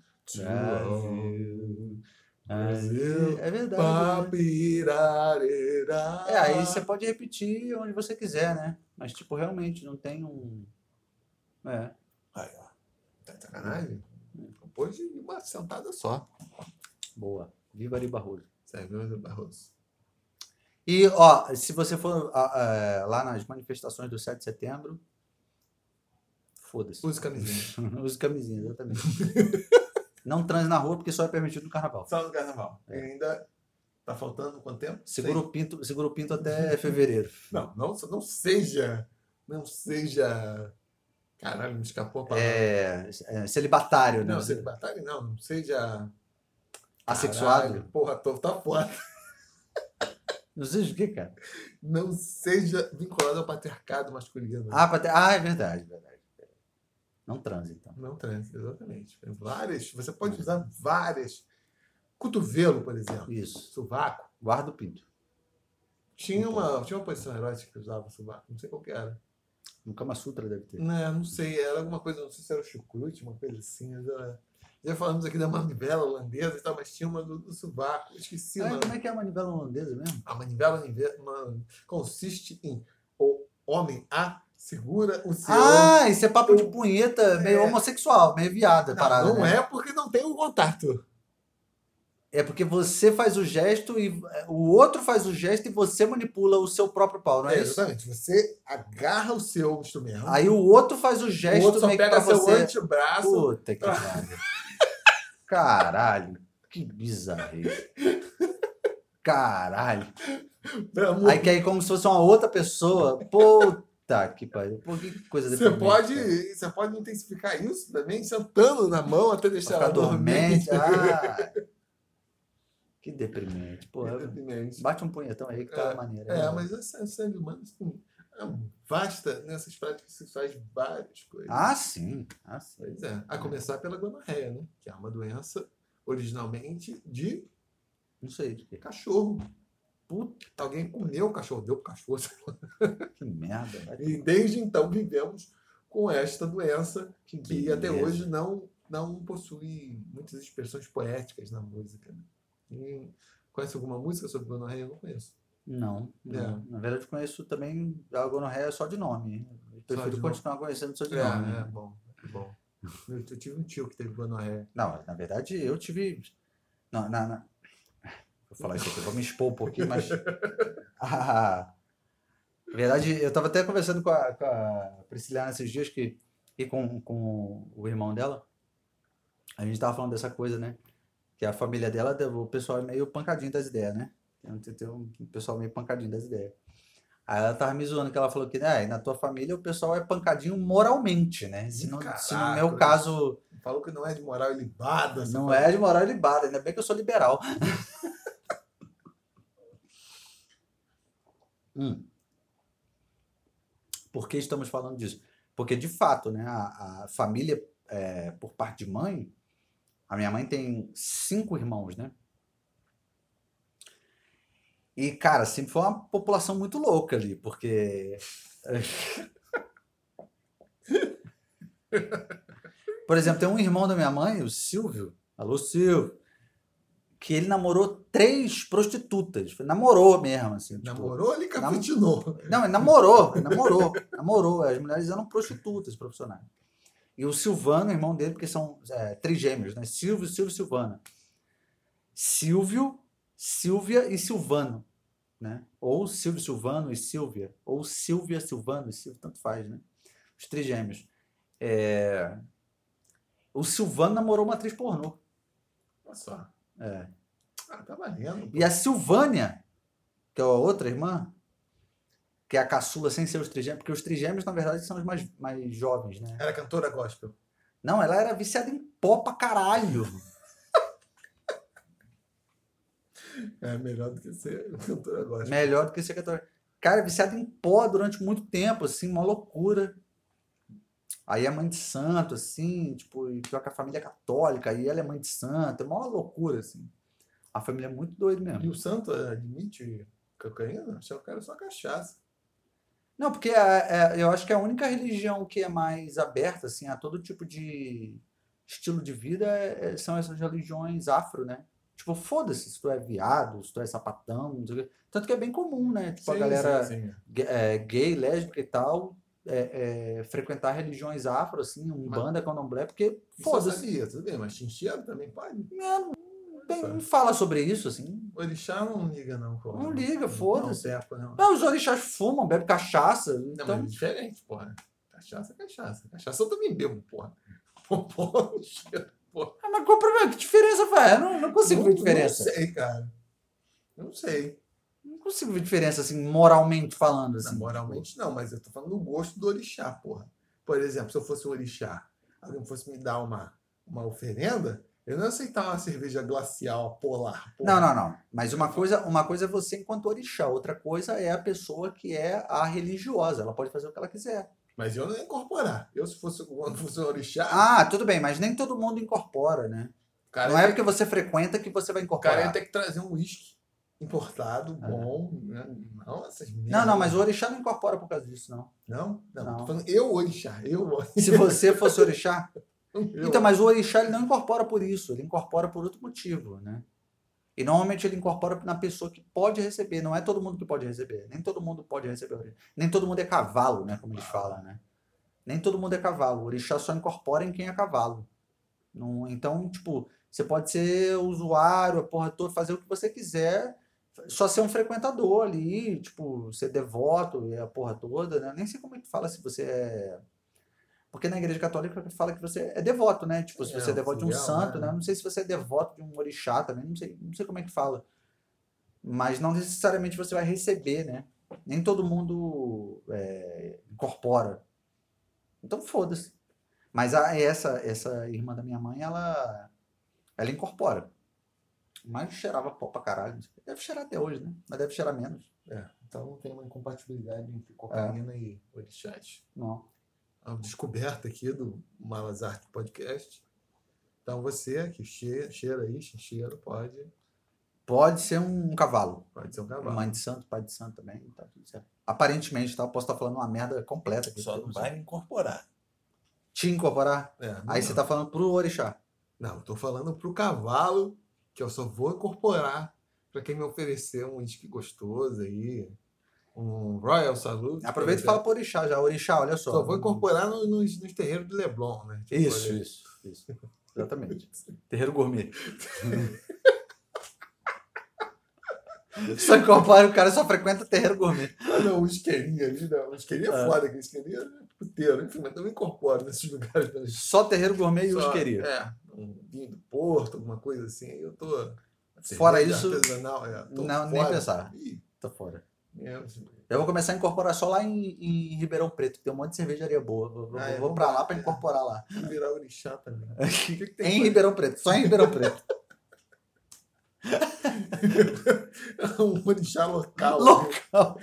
Brasil, Brasil, é verdade. Papirarerá. É, aí você pode repetir onde você quiser, né? Mas, tipo, realmente não tem um. É. Aí, ó. Tá de sacanagem? Compôs de uma sentada só. Boa. Viva Ari Barroso. Sérgio Barroso. E, ó, se você for a, a, lá nas manifestações do sete de setembro, foda-se. Use camisinha. Use camisinha, exatamente. Não transe na rua porque só é permitido no carnaval. Só no carnaval. É. E ainda tá faltando quanto tempo? Segura o pinto, segura o pinto até fevereiro. Não, não, não seja. Não seja. Caralho, me escapou a palavra. É, é celibatário, né? Não, celibatário não. Não seja. Assexuado. Caralho, porra, tô, tá foda. Não seja o quê, cara? Não seja vinculado ao patriarcado masculino. Ah, pate... ah, é verdade, verdade. Não transe, então. Não transe, exatamente. Várias. Você pode usar várias. Cotovelo, por exemplo. Isso. Sovaco. Guarda o pinto. Tinha uma, tinha uma posição erótica que usava sovaco. Não sei qual que era. No Kama Sutra deve ter. Não, não sei. Era alguma coisa, não sei se era o chucrute, uma coisa assim. Mas era... Já falamos aqui da manivela holandesa e tal, mas tinha uma do, do sovaco. Esqueci o Ah, nome. como é que é a manivela holandesa mesmo? A manivela holandesa uma- consiste em o homem A segura o seu... Ah, isso é papo de punheta meio É. homossexual, meio viada, não, parada. não né? é porque não tem o contato. É porque você faz o gesto e o outro faz o gesto e você manipula o seu próprio pau, não é, É, isso? exatamente. Você agarra o seu instrumento. Aí o outro faz o o gesto outro só meio que pega pra seu você. antebraço. Puta que pariu. Caralho, que bizarrice. Caralho. Vamos- Aí que aí como se fosse uma outra pessoa. Puta que pariu. Pô, que coisa Você deprimente, pode, cara. você pode intensificar isso também, sentando na mão até Pra deixar ficar ela dormente. dormente. Ah, que deprimente. Pô, Deprimente. bate um punhetão aí que tá maneiro. É, mas essa série humana assim, é vasta nessas práticas sexuais várias coisas. Ah, sim. Ah, sim. Pois é. A começar pela gonorreia, né? Que é uma doença originalmente de Não sei de quê. cachorro. Puta, alguém comeu o cachorro, deu pro cachorro. Que merda. vai E tomar. desde então vivemos com esta doença que, Que até beleza. hoje não, não possui muitas expressões poéticas na música. Né? E conhece alguma música sobre gonorreia? Eu não conheço. Não, não. É. Na verdade, eu conheço também a gonorreia só de nome. Eu prefiro de continuar conhecendo só de É, nome. é bom, é bom. Eu, eu tive um tio que teve gonorreia. Não, na verdade, eu tive. Não, na, na... Vou falar isso aqui, vou me expor um pouquinho, mas. Ah, na verdade, eu estava até conversando com a, com a Prisciliana esses dias que, e com, com o irmão dela. A gente estava falando dessa coisa, né? Que a família dela, o pessoal é meio pancadinho das ideias, né? Tem, tem- tem um pessoal meio pancadinho das ideias. Aí ela tava me zoando, que ela falou que né, na tua família o pessoal é pancadinho moralmente, né? Se no, se no Caraca, meu caso Falou que não é de moral ilibada. você não falou. é de moral ilibada, ainda bem que eu sou liberal. Hum. Por que estamos falando disso? Porque, de fato, né, a, a família, é, por parte de mãe, a minha mãe tem cinco irmãos, né? E, cara, sempre foi uma população muito louca ali, porque... Por exemplo, tem um irmão da minha mãe, o Silvio, alô Silvio, que ele namorou três prostitutas. Namorou mesmo, assim. tipo, Namorou ali, caputinou. Não, ele namorou, ele namorou, namorou. As mulheres eram prostitutas profissionais. E o Silvano, irmão dele, porque são é, trigêmeos, né? Silvio, Silvio, Silvana. Silvio, Silvia e Silvano. né? Ou Silvio Silvano e Silvia, ou Silvia Silvano e Silvia, tanto faz, né? Os trigêmeos. É... O Silvano namorou uma atriz pornô. Olha só. É. Ah, tá valendo. E a Silvânia, que é a outra irmã, que é a caçula sem ser os trigêmeos, porque os trigêmeos, na verdade, são os mais, mais jovens, né? Era cantora gospel. Não, ela era viciada em pó pra caralho. É melhor do que ser cantora gospel. Melhor do que ser cantora. Cara, viciada em pó durante muito tempo, assim, uma loucura. Aí é mãe de santo, assim, tipo, e pior que a família é católica, aí ela é mãe de santo, é uma loucura, assim. A família é muito doida mesmo. E o santo admite cocaína? Achei que era só cachaça. Não, porque é, é, eu acho que a única religião que é mais aberta, assim, a todo tipo de estilo de vida é, é, são essas religiões afro, né? Tipo, foda-se se tu é viado, se tu é sapatão, não sei o quê. Tanto que é bem comum, né? Tipo, Sim, a galera sim, sim. é, gay, lésbica e tal, é, é, frequentar religiões afro, assim, umbanda, candomblé, porque Isso eu foda-se. sabia, tudo bem, mas chincheiro também pode? Não, tem- Só. não fala sobre isso, assim. Orixá não liga, não. Pô. Não liga, foda-se. Não, tempo, não. Não, os orixás fumam, bebem cachaça. Não, Então, mas é diferente, porra. Cachaça é cachaça. Cachaça eu também bebo, porra. Pô, porra, cheiro, porra. ah, mas qual o problema? Que diferença faz? Eu não, não consigo ver diferença. Não sei, cara. Não sei. Não consigo ver diferença, assim, moralmente falando, assim. Não, moralmente não, mas eu tô falando do gosto do orixá, porra. Por exemplo, se eu fosse um orixá, alguém fosse me dar uma, uma oferenda, eu não ia aceitar uma cerveja glacial polar. Porra. Não, não, não. Mas uma coisa, uma coisa é você enquanto orixá, outra coisa é a pessoa que é a religiosa. Ela pode fazer o que ela quiser. Mas eu não ia incorporar. Eu, se fosse, quando fosse um orixá... Ah, tudo bem, mas nem todo mundo incorpora, né? Cara não é porque você frequenta que você vai O incorporar. cara ia ter que trazer um uísque importado, bom, né? Não essas merdas. Não, não, mas o orixá não incorpora por causa disso, não. Não? Não, Não. tô falando eu, orixá. Eu, Se você fosse orixá... eu. Então, mas o orixá ele não incorpora por isso, ele incorpora por outro motivo, né? E normalmente ele incorpora na pessoa que pode receber, não é todo mundo que pode receber, nem todo mundo pode receber orixá. Nem todo mundo é cavalo, né, como eles falam, né? Nem todo mundo é cavalo, o orixá só incorpora em quem é cavalo. Não, então, tipo, você pode ser usuário, a porra toda, fazer o que você quiser, só ser um frequentador ali, tipo, ser devoto e a porra toda, né? Nem sei como é que fala se você é... Porque na igreja católica fala que você é devoto, né? Tipo, se É, você é devoto de um fiel, santo, né? né? Não sei se você é devoto de um orixá também, não sei, não sei como é que fala. Mas não necessariamente você vai receber, né? Nem todo mundo é, incorpora. Então foda-se. Mas a, essa, essa irmã da minha mãe, ela, ela incorpora. Mas cheirava pó pra caralho. Deve cheirar até hoje, né? Mas deve cheirar menos. É, então tem uma incompatibilidade entre cocaína é. e orixás. Não. A descoberta aqui do Malas Arte Podcast. Então você que cheira, cheira aí, cheiro, pode... Pode ser um cavalo. Pode ser um cavalo. Mãe de santo, pai de santo também, tá tudo certo. Aparentemente, tá? Eu posso estar falando uma merda completa aqui. Só não vai incorporar. Te incorporar? É, não, Aí não. você tá falando pro orixá. Não, eu tô falando pro cavalo, que eu só vou incorporar para quem me oferecer um uísque gostoso aí, um Royal Salute. Aproveita e fala pro orixá já. Orixá, olha só. Só vou incorporar no, nos, nos terreiros do Leblon, né? Tipo, Isso, olha- isso, isso. Exatamente. Terreiro gourmet. Só incorpora, o cara só frequenta terreiro gourmet. Ah, não, o isqueirinho ali, não. O isqueirinho é É. foda, que o isqueirinho é puteiro. Enfim, mas eu me incorporo nesses lugares. Né? Só terreiro gourmet e Só- os queria. É, um vinho do Porto, alguma coisa assim. Aí eu tô... Fora cerveja isso, artesanal, é, tô não, nem fora. pensar. Ih, Tô fora. é, assim, Eu vou começar a incorporar só lá em, em Ribeirão Preto. Tem um monte de cervejaria boa. Vou, vou, Ah, é, vou vamos pra lá. lá pra incorporar lá. vou virar orixá também. O que que tem Em que Ribeirão Preto. Só em Ribeirão Preto. fazer? Um orixá local. Local.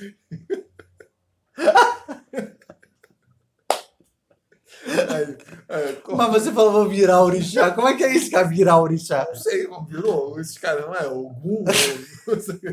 Aí, é, como- Mas você falou, vou virar orixá. Como é que é isso, cara? Virar orixá? Não sei, não virou. Esses caras não é Ogum. ou- não sei.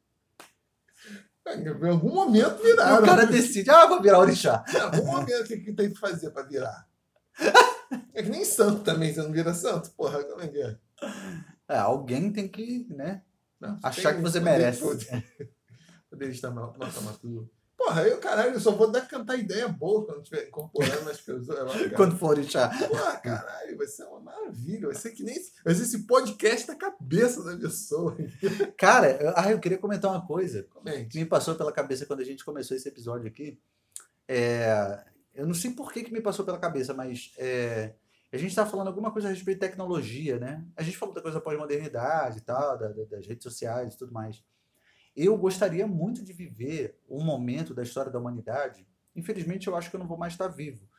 Em algum momento viraram. O cara decide, ah, vou virar orixá. Em algum momento, o que, que tem que fazer pra virar? É que nem santo também, você não vira santo? Porra, como é que é? É, alguém tem que, né? Não, Achar tem que você poder- merece. Poder, poder estar mal. Nossa, mas tudo. Porra, eu, caralho, eu só vou dar cantar ideia boa quando estiver incorporando as pessoas. É uma- Quando for orixá. Porra, caralho, vai ser uma maravilha. maravilha. Vai ser que nem esse, vai ser esse podcast na cabeça da pessoa. Cara, eu, ah, eu queria comentar uma coisa Comente. que me passou pela cabeça quando a gente começou esse episódio aqui. É, eu não sei por que, que me passou pela cabeça, mas é, a gente estava falando alguma coisa a respeito de tecnologia, né? A gente falou da coisa da pós-modernidade e tal, da, da, das redes sociais e tudo mais. Eu gostaria muito de viver um momento da história da humanidade. Infelizmente, eu acho que eu não vou mais estar vivo.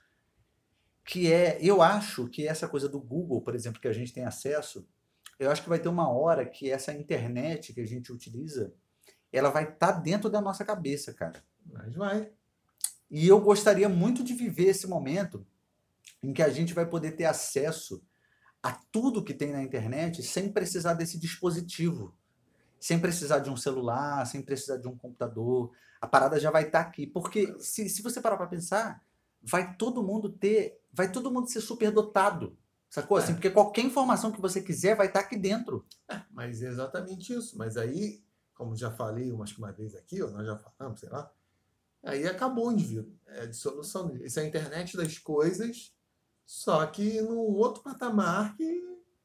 Que é, eu acho que essa coisa do Google, por exemplo, que a gente tem acesso, eu acho que vai ter uma hora que essa internet que a gente utiliza, ela vai estar dentro da nossa cabeça, cara. Mas vai. E eu gostaria muito de viver esse momento em que a gente vai poder ter acesso a tudo que tem na internet sem precisar desse dispositivo. Sem precisar de um celular, sem precisar de um computador. A parada já vai estar aqui. Porque se, se você parar para pensar, vai todo mundo ter, vai todo mundo ser superdotado. Sacou? É. Assim, porque qualquer informação que você quiser vai estar aqui dentro. É, mas é exatamente isso. Mas aí, como já falei umas que uma vez aqui, ou nós já falamos, sei lá, aí acabou o indivíduo. É a dissolução. Isso é a internet das coisas, só que no outro patamar que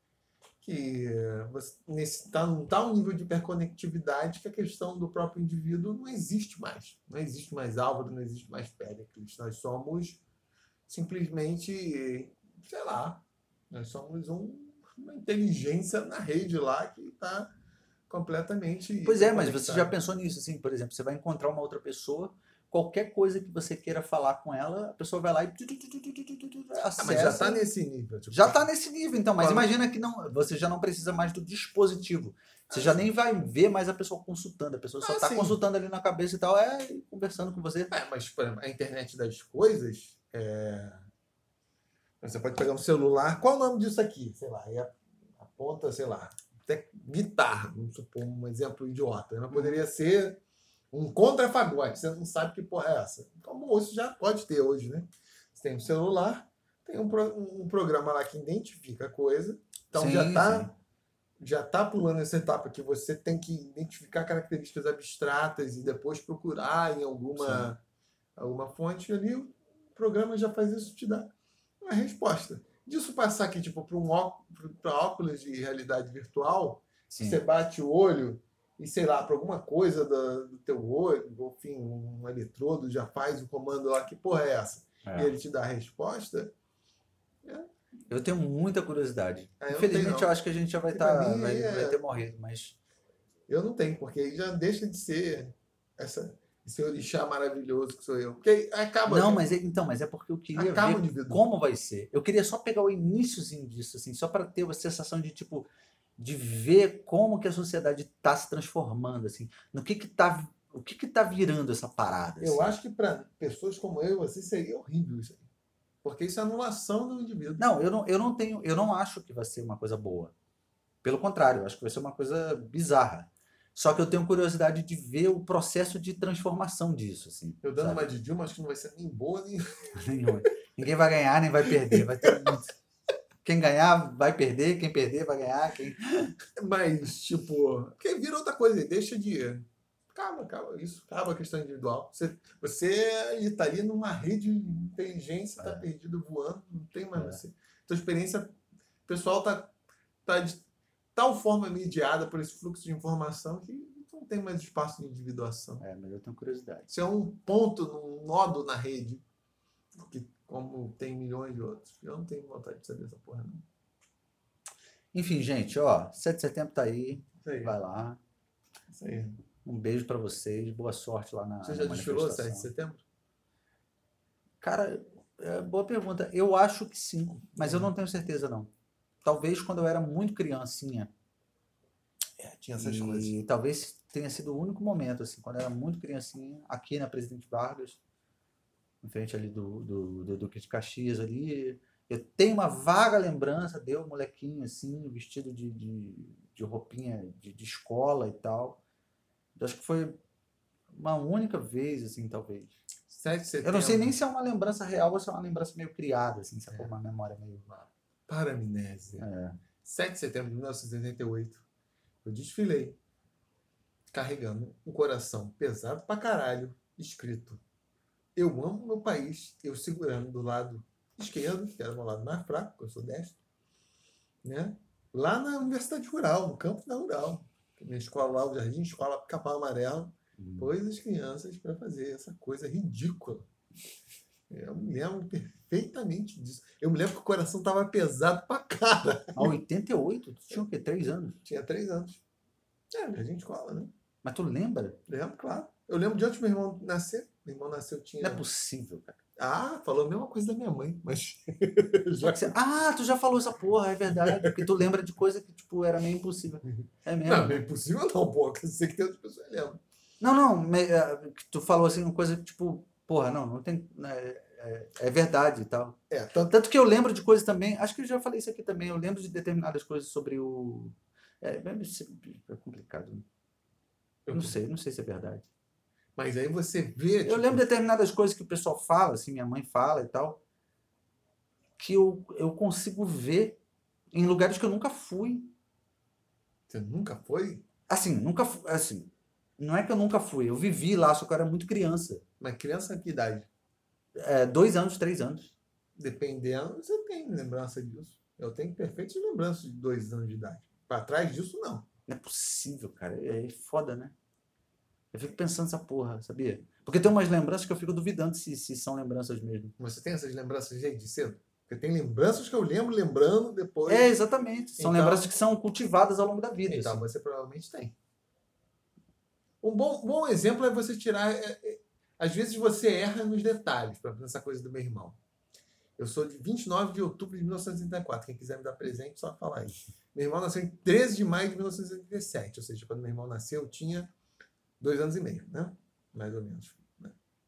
que está num tal nível de hiperconectividade que a questão do próprio indivíduo não existe mais. Não existe mais Álvaro, não existe mais Péricles. Nós somos simplesmente, sei lá, nós somos um, uma inteligência na rede lá que está completamente... Pois é, mas você já pensou nisso, assim, por exemplo, você vai encontrar uma outra pessoa, qualquer coisa que você queira falar com ela, a pessoa vai lá e acessa. Ah, mas já está nesse nível. Tipo, já está nesse nível, então. Mas quando... imagina que não, você já não precisa mais do dispositivo. Você ah, já sim. nem vai ver mais a pessoa consultando. A pessoa só está ah, consultando ali na cabeça e tal, é, e conversando com você. É, mas, por exemplo, a internet das coisas, é... você pode pegar um celular. Qual o nome disso aqui? Sei lá, e aponta, sei lá, até guitarra, vamos supor um exemplo idiota. Mas poderia ser um contrafagote, você não sabe que porra é essa. Como isso já pode ter hoje, né? Você tem um celular, tem um, pro, um programa lá que identifica a coisa, então sim, já está já tá pulando essa etapa que você tem que identificar características abstratas e depois procurar em alguma, alguma fonte ali, o programa já faz isso, te dá uma resposta. Disso passar aqui tipo, para um óculos, óculos de realidade virtual, você bate o olho e, sei lá, para alguma coisa do, do teu olho, enfim, um eletrodo já faz o comando lá, que porra é essa? É. E ele te dá a resposta. É. Eu tenho muita curiosidade. É, Infelizmente, eu, tenho, eu acho que a gente já vai, tá, vai, é... vai ter morrido, mas... Eu não tenho, porque aí já deixa de ser essa, esse orixá maravilhoso que sou eu. Porque acaba... Não, mas é, então, mas é porque eu queria acaba ver como vai ser. Eu queria só pegar o iniciozinho disso, assim, só para ter uma sensação de, tipo... de ver como que a sociedade está se transformando, assim, no que que tá, o que que tá virando essa parada. Eu assim. acho que para pessoas como eu, assim, seria horrível isso aí. Porque isso é anulação do indivíduo. Não, eu não, eu não tenho, eu não acho que vai ser uma coisa boa. Pelo contrário, eu acho que vai ser uma coisa bizarra. Só que eu tenho curiosidade de ver o processo de transformação disso, assim. Eu dando sabe? uma de Dilma, acho que não vai ser nem boa, nem... Nenhuma. Ninguém vai ganhar, nem vai perder. Vai ter muito... Quem ganhar vai perder, quem perder vai ganhar. Quem... Mas, tipo, quem vira outra coisa, deixa de... Acaba, acaba isso, acaba a questão individual. Você, você estaria numa rede de inteligência, está é. perdido voando, não tem mais é. você. Tua experiência pessoal está tá de tal forma mediada por esse fluxo de informação que não tem mais espaço de individuação. É, mas eu tenho curiosidade. Você é um ponto, um nodo na rede, que, como tem milhões de outros. Eu não tenho vontade de saber essa porra, não. Enfim, gente, ó, sete de setembro tá aí, aí. vai lá. Isso aí. Um beijo pra vocês, boa sorte lá na Você já desfilou sete de setembro? Cara, é, boa pergunta. Eu acho que sim, mas eu não tenho certeza, não. Talvez quando eu era muito criancinha. É, tinha essas e coisas. E talvez tenha sido o único momento, assim, quando eu era muito criancinha, aqui na Presidente Vargas, em frente ali do, do, do Duque de Caxias ali. Eu tenho uma vaga lembrança de eu, molequinho, assim, vestido de, de, de roupinha de, de escola e tal. Eu acho que foi uma única vez, assim, talvez. sete de setembro. Eu não sei nem se é uma lembrança real ou se é uma lembrança meio criada, assim, se é uma memória meio... Paramnésia. É. sete de setembro de mil novecentos e oitenta e oito. Eu desfilei carregando um coração pesado pra caralho, escrito: eu amo meu país, eu segurando do lado esquerdo, que era o meu lado mais fraco, porque eu sou destro, né? Lá na Universidade Rural, no campus da Rural. Minha escola lá, o Jardim Escola Capão Amarelo, Hum. pôs as crianças para fazer essa coisa ridícula. Eu me lembro perfeitamente disso. Eu me lembro que o coração estava pesado pra cara. Ah, oitenta e oito? Tu tinha o quê? Três anos? Tinha três anos. É, Jardim Escola, né? Mas tu lembra? Lembro, claro. Eu lembro de antes do meu irmão nascer. Meu irmão nasceu, tinha... Não é possível, cara. Ah, falou a mesma coisa da minha mãe, mas... Só que você... Ah, tu já falou essa porra, é verdade. Porque tu lembra de coisa que, tipo, era meio impossível. É mesmo. Não, é impossível não, pô. Eu sei que tem outras pessoas que lembram. Não, não. me- é, que Tu falou assim, uma coisa que, tipo, porra, não, não tem. É, é- é verdade e tal. É, tanto... Tanto que eu lembro de coisas também. Acho que eu já falei isso aqui também. Eu lembro de determinadas coisas sobre o. É, é complicado. né? Eu não sei, não sei se é verdade. Mas aí você vê... Eu tipo, lembro de determinadas coisas que o pessoal fala, assim, minha mãe fala e tal, que eu, eu consigo ver em lugares que eu nunca fui. Você nunca foi? Assim, nunca fu- assim, não é que eu nunca fui, eu vivi lá, só que eu era muito criança. Mas criança que idade? É, dois anos, três anos. Dependendo, você tem lembrança disso. Eu tenho perfeitas lembranças de dois anos de idade. Para trás disso, não. Não é possível, cara. É, é foda, né? Eu fico pensando nessa porra, sabia? Porque tem umas lembranças que eu fico duvidando se, se são lembranças mesmo. Você tem essas lembranças desde cedo? Porque tem lembranças que eu lembro lembrando depois. É, exatamente. São Então- lembranças que são cultivadas ao longo da vida. Então, assim. você provavelmente tem. Um bom, bom exemplo é você tirar. é, é, às vezes você erra nos detalhes, para essa coisa do meu irmão. Eu sou de vinte e nove de outubro de mil novecentos e oitenta e quatro. Quem quiser me dar presente, só falar aí. Meu irmão nasceu em treze de maio de mil novecentos e oitenta e sete. Ou seja, quando meu irmão nasceu, eu tinha dois anos e meio, né? Mais ou menos. Né?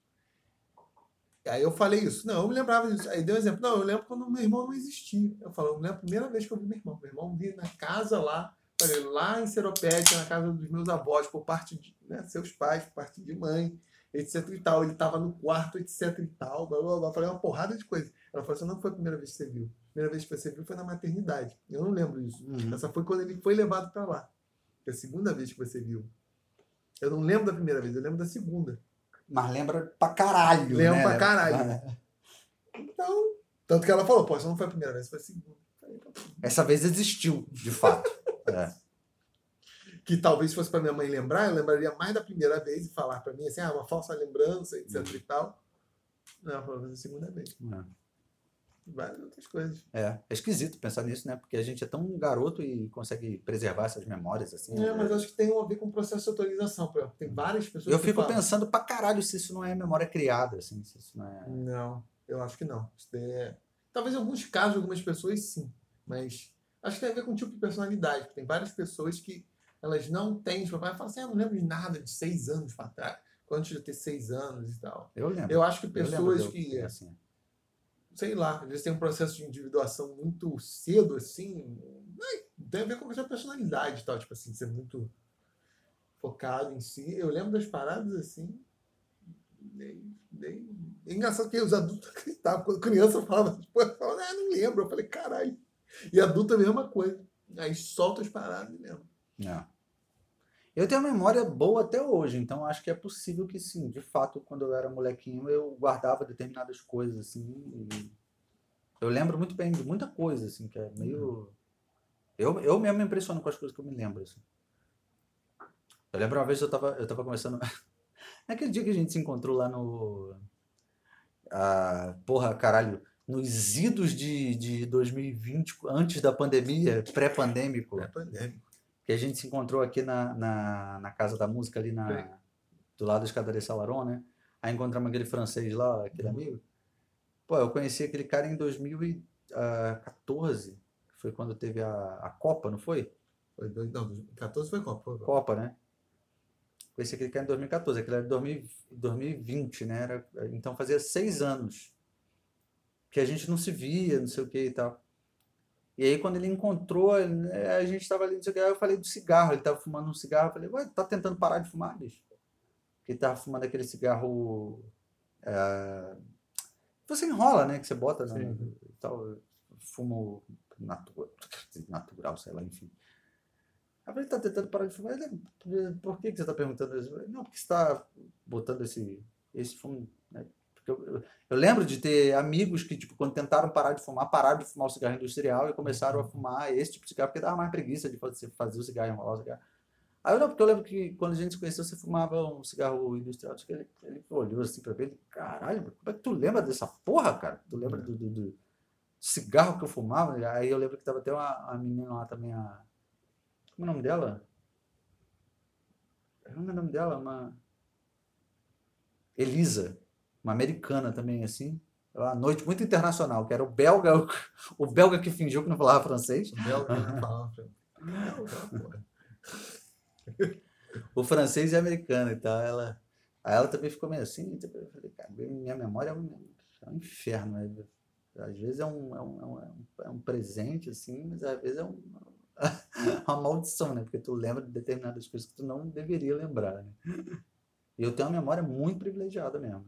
Aí eu falei isso. Não, eu me lembrava disso. Aí deu um exemplo. Não, eu lembro quando meu irmão não existia. Eu falo, eu lembro a primeira vez que eu vi meu irmão. Meu irmão vinha na casa lá, falei, lá em Seropédica, na casa dos meus avós, por parte de né, seus pais, por parte de mãe, etc e tal. Ele estava no quarto, etc e tal. Blá, blá, blá. Falei uma porrada de coisa. Ela falou assim, não foi a primeira vez que você viu. A primeira vez que você viu foi na maternidade. Eu não lembro disso. Uhum. Essa foi quando ele foi levado para lá. Foi a segunda vez que você viu. Eu não lembro da primeira vez, eu lembro da segunda. Mas lembra pra caralho, Lembro né? pra caralho. É. Então, tanto que ela falou, pô, isso não foi a primeira vez, foi a segunda. Falei, "Tá bom." Essa vez existiu, de fato. É. Que talvez se fosse pra minha mãe lembrar, eu lembraria mais da primeira vez e falar pra mim assim, ah, uma falsa lembrança, etc Hum. e tal. Não, ela falou, mas a segunda vez. É. Várias outras coisas. É, é esquisito pensar nisso, né? Porque a gente é tão garoto e consegue preservar essas memórias, assim. É, mas acho que tem a ver com o processo de autorização. Por exemplo, tem várias pessoas Eu que fico falam, pensando pra caralho se isso não é memória criada, assim, se isso não é... Não, eu acho que não. Isso daí é... Talvez em alguns casos, algumas pessoas sim. Mas acho que tem a ver com o tipo de personalidade. Tem várias pessoas que elas não têm. Tipo, vai falar assim, ah, eu não lembro de nada de seis anos para trás. Quando eu ter seis anos e tal. Eu lembro. Eu acho que Eu lembro pessoas de eu- que, assim. sei lá, às vezes tem um processo de individuação muito cedo, assim. Não tem a ver com a sua personalidade e tal. Tipo assim, ser muito focado em si. Eu lembro das paradas assim. Nem, nem... É engraçado que os adultos acreditavam. Quando criança eu falava, tipo, eu falava, ah, não lembro. Eu falei, caralho. E adulto é a mesma coisa. Aí solta as paradas e lembra. É. Eu tenho uma memória boa até hoje, então acho que é possível que sim. De fato, quando eu era molequinho, eu guardava determinadas coisas, assim. E eu lembro muito bem de muita coisa, assim, que é meio... Eu, eu mesmo me impressiono com as coisas que eu me lembro, assim. Eu lembro uma vez eu tava, eu tava conversando... Naquele dia que a gente se encontrou lá no... Ah, porra, caralho. Nos idos de, de dois mil e vinte, antes da pandemia, pré-pandêmico. É pandêmico. Que a gente se encontrou aqui na, na, na Casa da Música, ali na, Sim. do lado da escadaria Salaron, né? Aí encontramos aquele francês lá, aquele Uhum. amigo. Pô, eu conheci aquele cara em dois mil e quatorze, que foi quando teve a, a Copa, não foi? Foi dois, não, dois mil e quatorze foi Copa. Foi Copa. Copa, né? Conheci aquele cara em dois mil e quatorze, aquele era de dois mil, dois mil e vinte, né? Era, então fazia seis anos que a gente não se via, não sei o que e tal. E aí, quando ele encontrou, né, a gente estava ali, não sei o que, aí eu falei do cigarro, ele estava fumando um cigarro, eu falei, ué, tá tentando parar de fumar, bicho? Porque ele estava fumando aquele cigarro... É, você enrola, né, que você bota no, Sim. e tal, fumo natural, natural, sei lá, enfim. Aí eu falei, tá tentando parar de fumar? Ele, por que, que você está perguntando isso? Eu falei, não, porque você está botando esse, esse fumo, né, Eu, eu lembro de ter amigos que, tipo, quando tentaram parar de fumar, pararam de fumar o cigarro industrial e começaram a fumar esse tipo de cigarro, porque dava mais preguiça de fazer, fazer o cigarro, enrolar o cigarro. Aí eu lembro, porque eu lembro que quando a gente se conheceu, você fumava um cigarro industrial. Acho que ele, ele olhou assim pra mim e caralho, como é que tu lembra dessa porra, cara? Tu lembra do, do, do cigarro que eu fumava? Aí eu lembro que tava até uma, uma menina lá também, a... Como é o nome dela? Como é o nome dela? Uma... Elisa, uma americana também, assim. Uma noite muito internacional, que era o belga, o, o belga que fingiu que não falava francês. O belga que não falava francês. O francês e a americana e tal. Ela, aí ela também ficou meio assim. Eu falei, cara, minha memória é um, é um inferno. Né? Às vezes é um, é, um, é, um, é um presente, assim, mas às vezes é um, uma maldição, né? Porque tu lembra de determinadas coisas que tu não deveria lembrar. Né? E eu tenho uma memória muito privilegiada mesmo.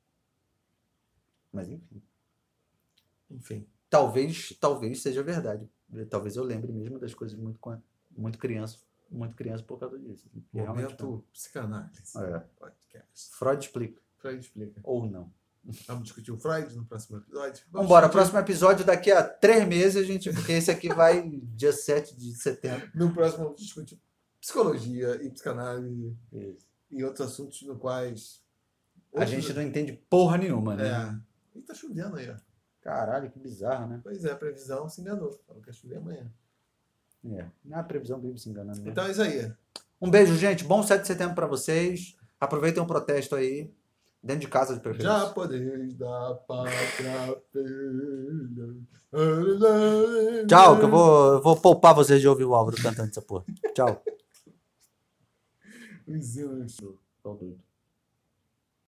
Mas enfim. Enfim. Talvez, talvez seja verdade. Talvez eu lembre mesmo das coisas muito, muito criança. Muito criança por causa disso. Momento psicanálise. É. Podcast. Freud explica. Freud explica. Ou não. Vamos discutir o Freud no próximo episódio. Vamos embora. Próximo episódio daqui a três meses, a gente, porque esse aqui vai dia sete de setembro. No próximo vamos discutir psicologia e psicanálise. Isso. E outros assuntos no quais... A gente não entende porra nenhuma, né? É. E tá chovendo aí, ó. Caralho, que bizarro, né? Pois é, a previsão se enganou. Falou que ia chover amanhã. É, não é a previsão vive se enganando. Né? Então é isso aí. Um beijo, gente. Bom sete de setembro pra vocês. Aproveitem o protesto aí. Dentro de casa de preferência. Já podeis dar pátria filha. Tchau, que eu vou, eu vou poupar vocês de ouvir o Álvaro cantando essa porra. Tchau. Os Tô doido.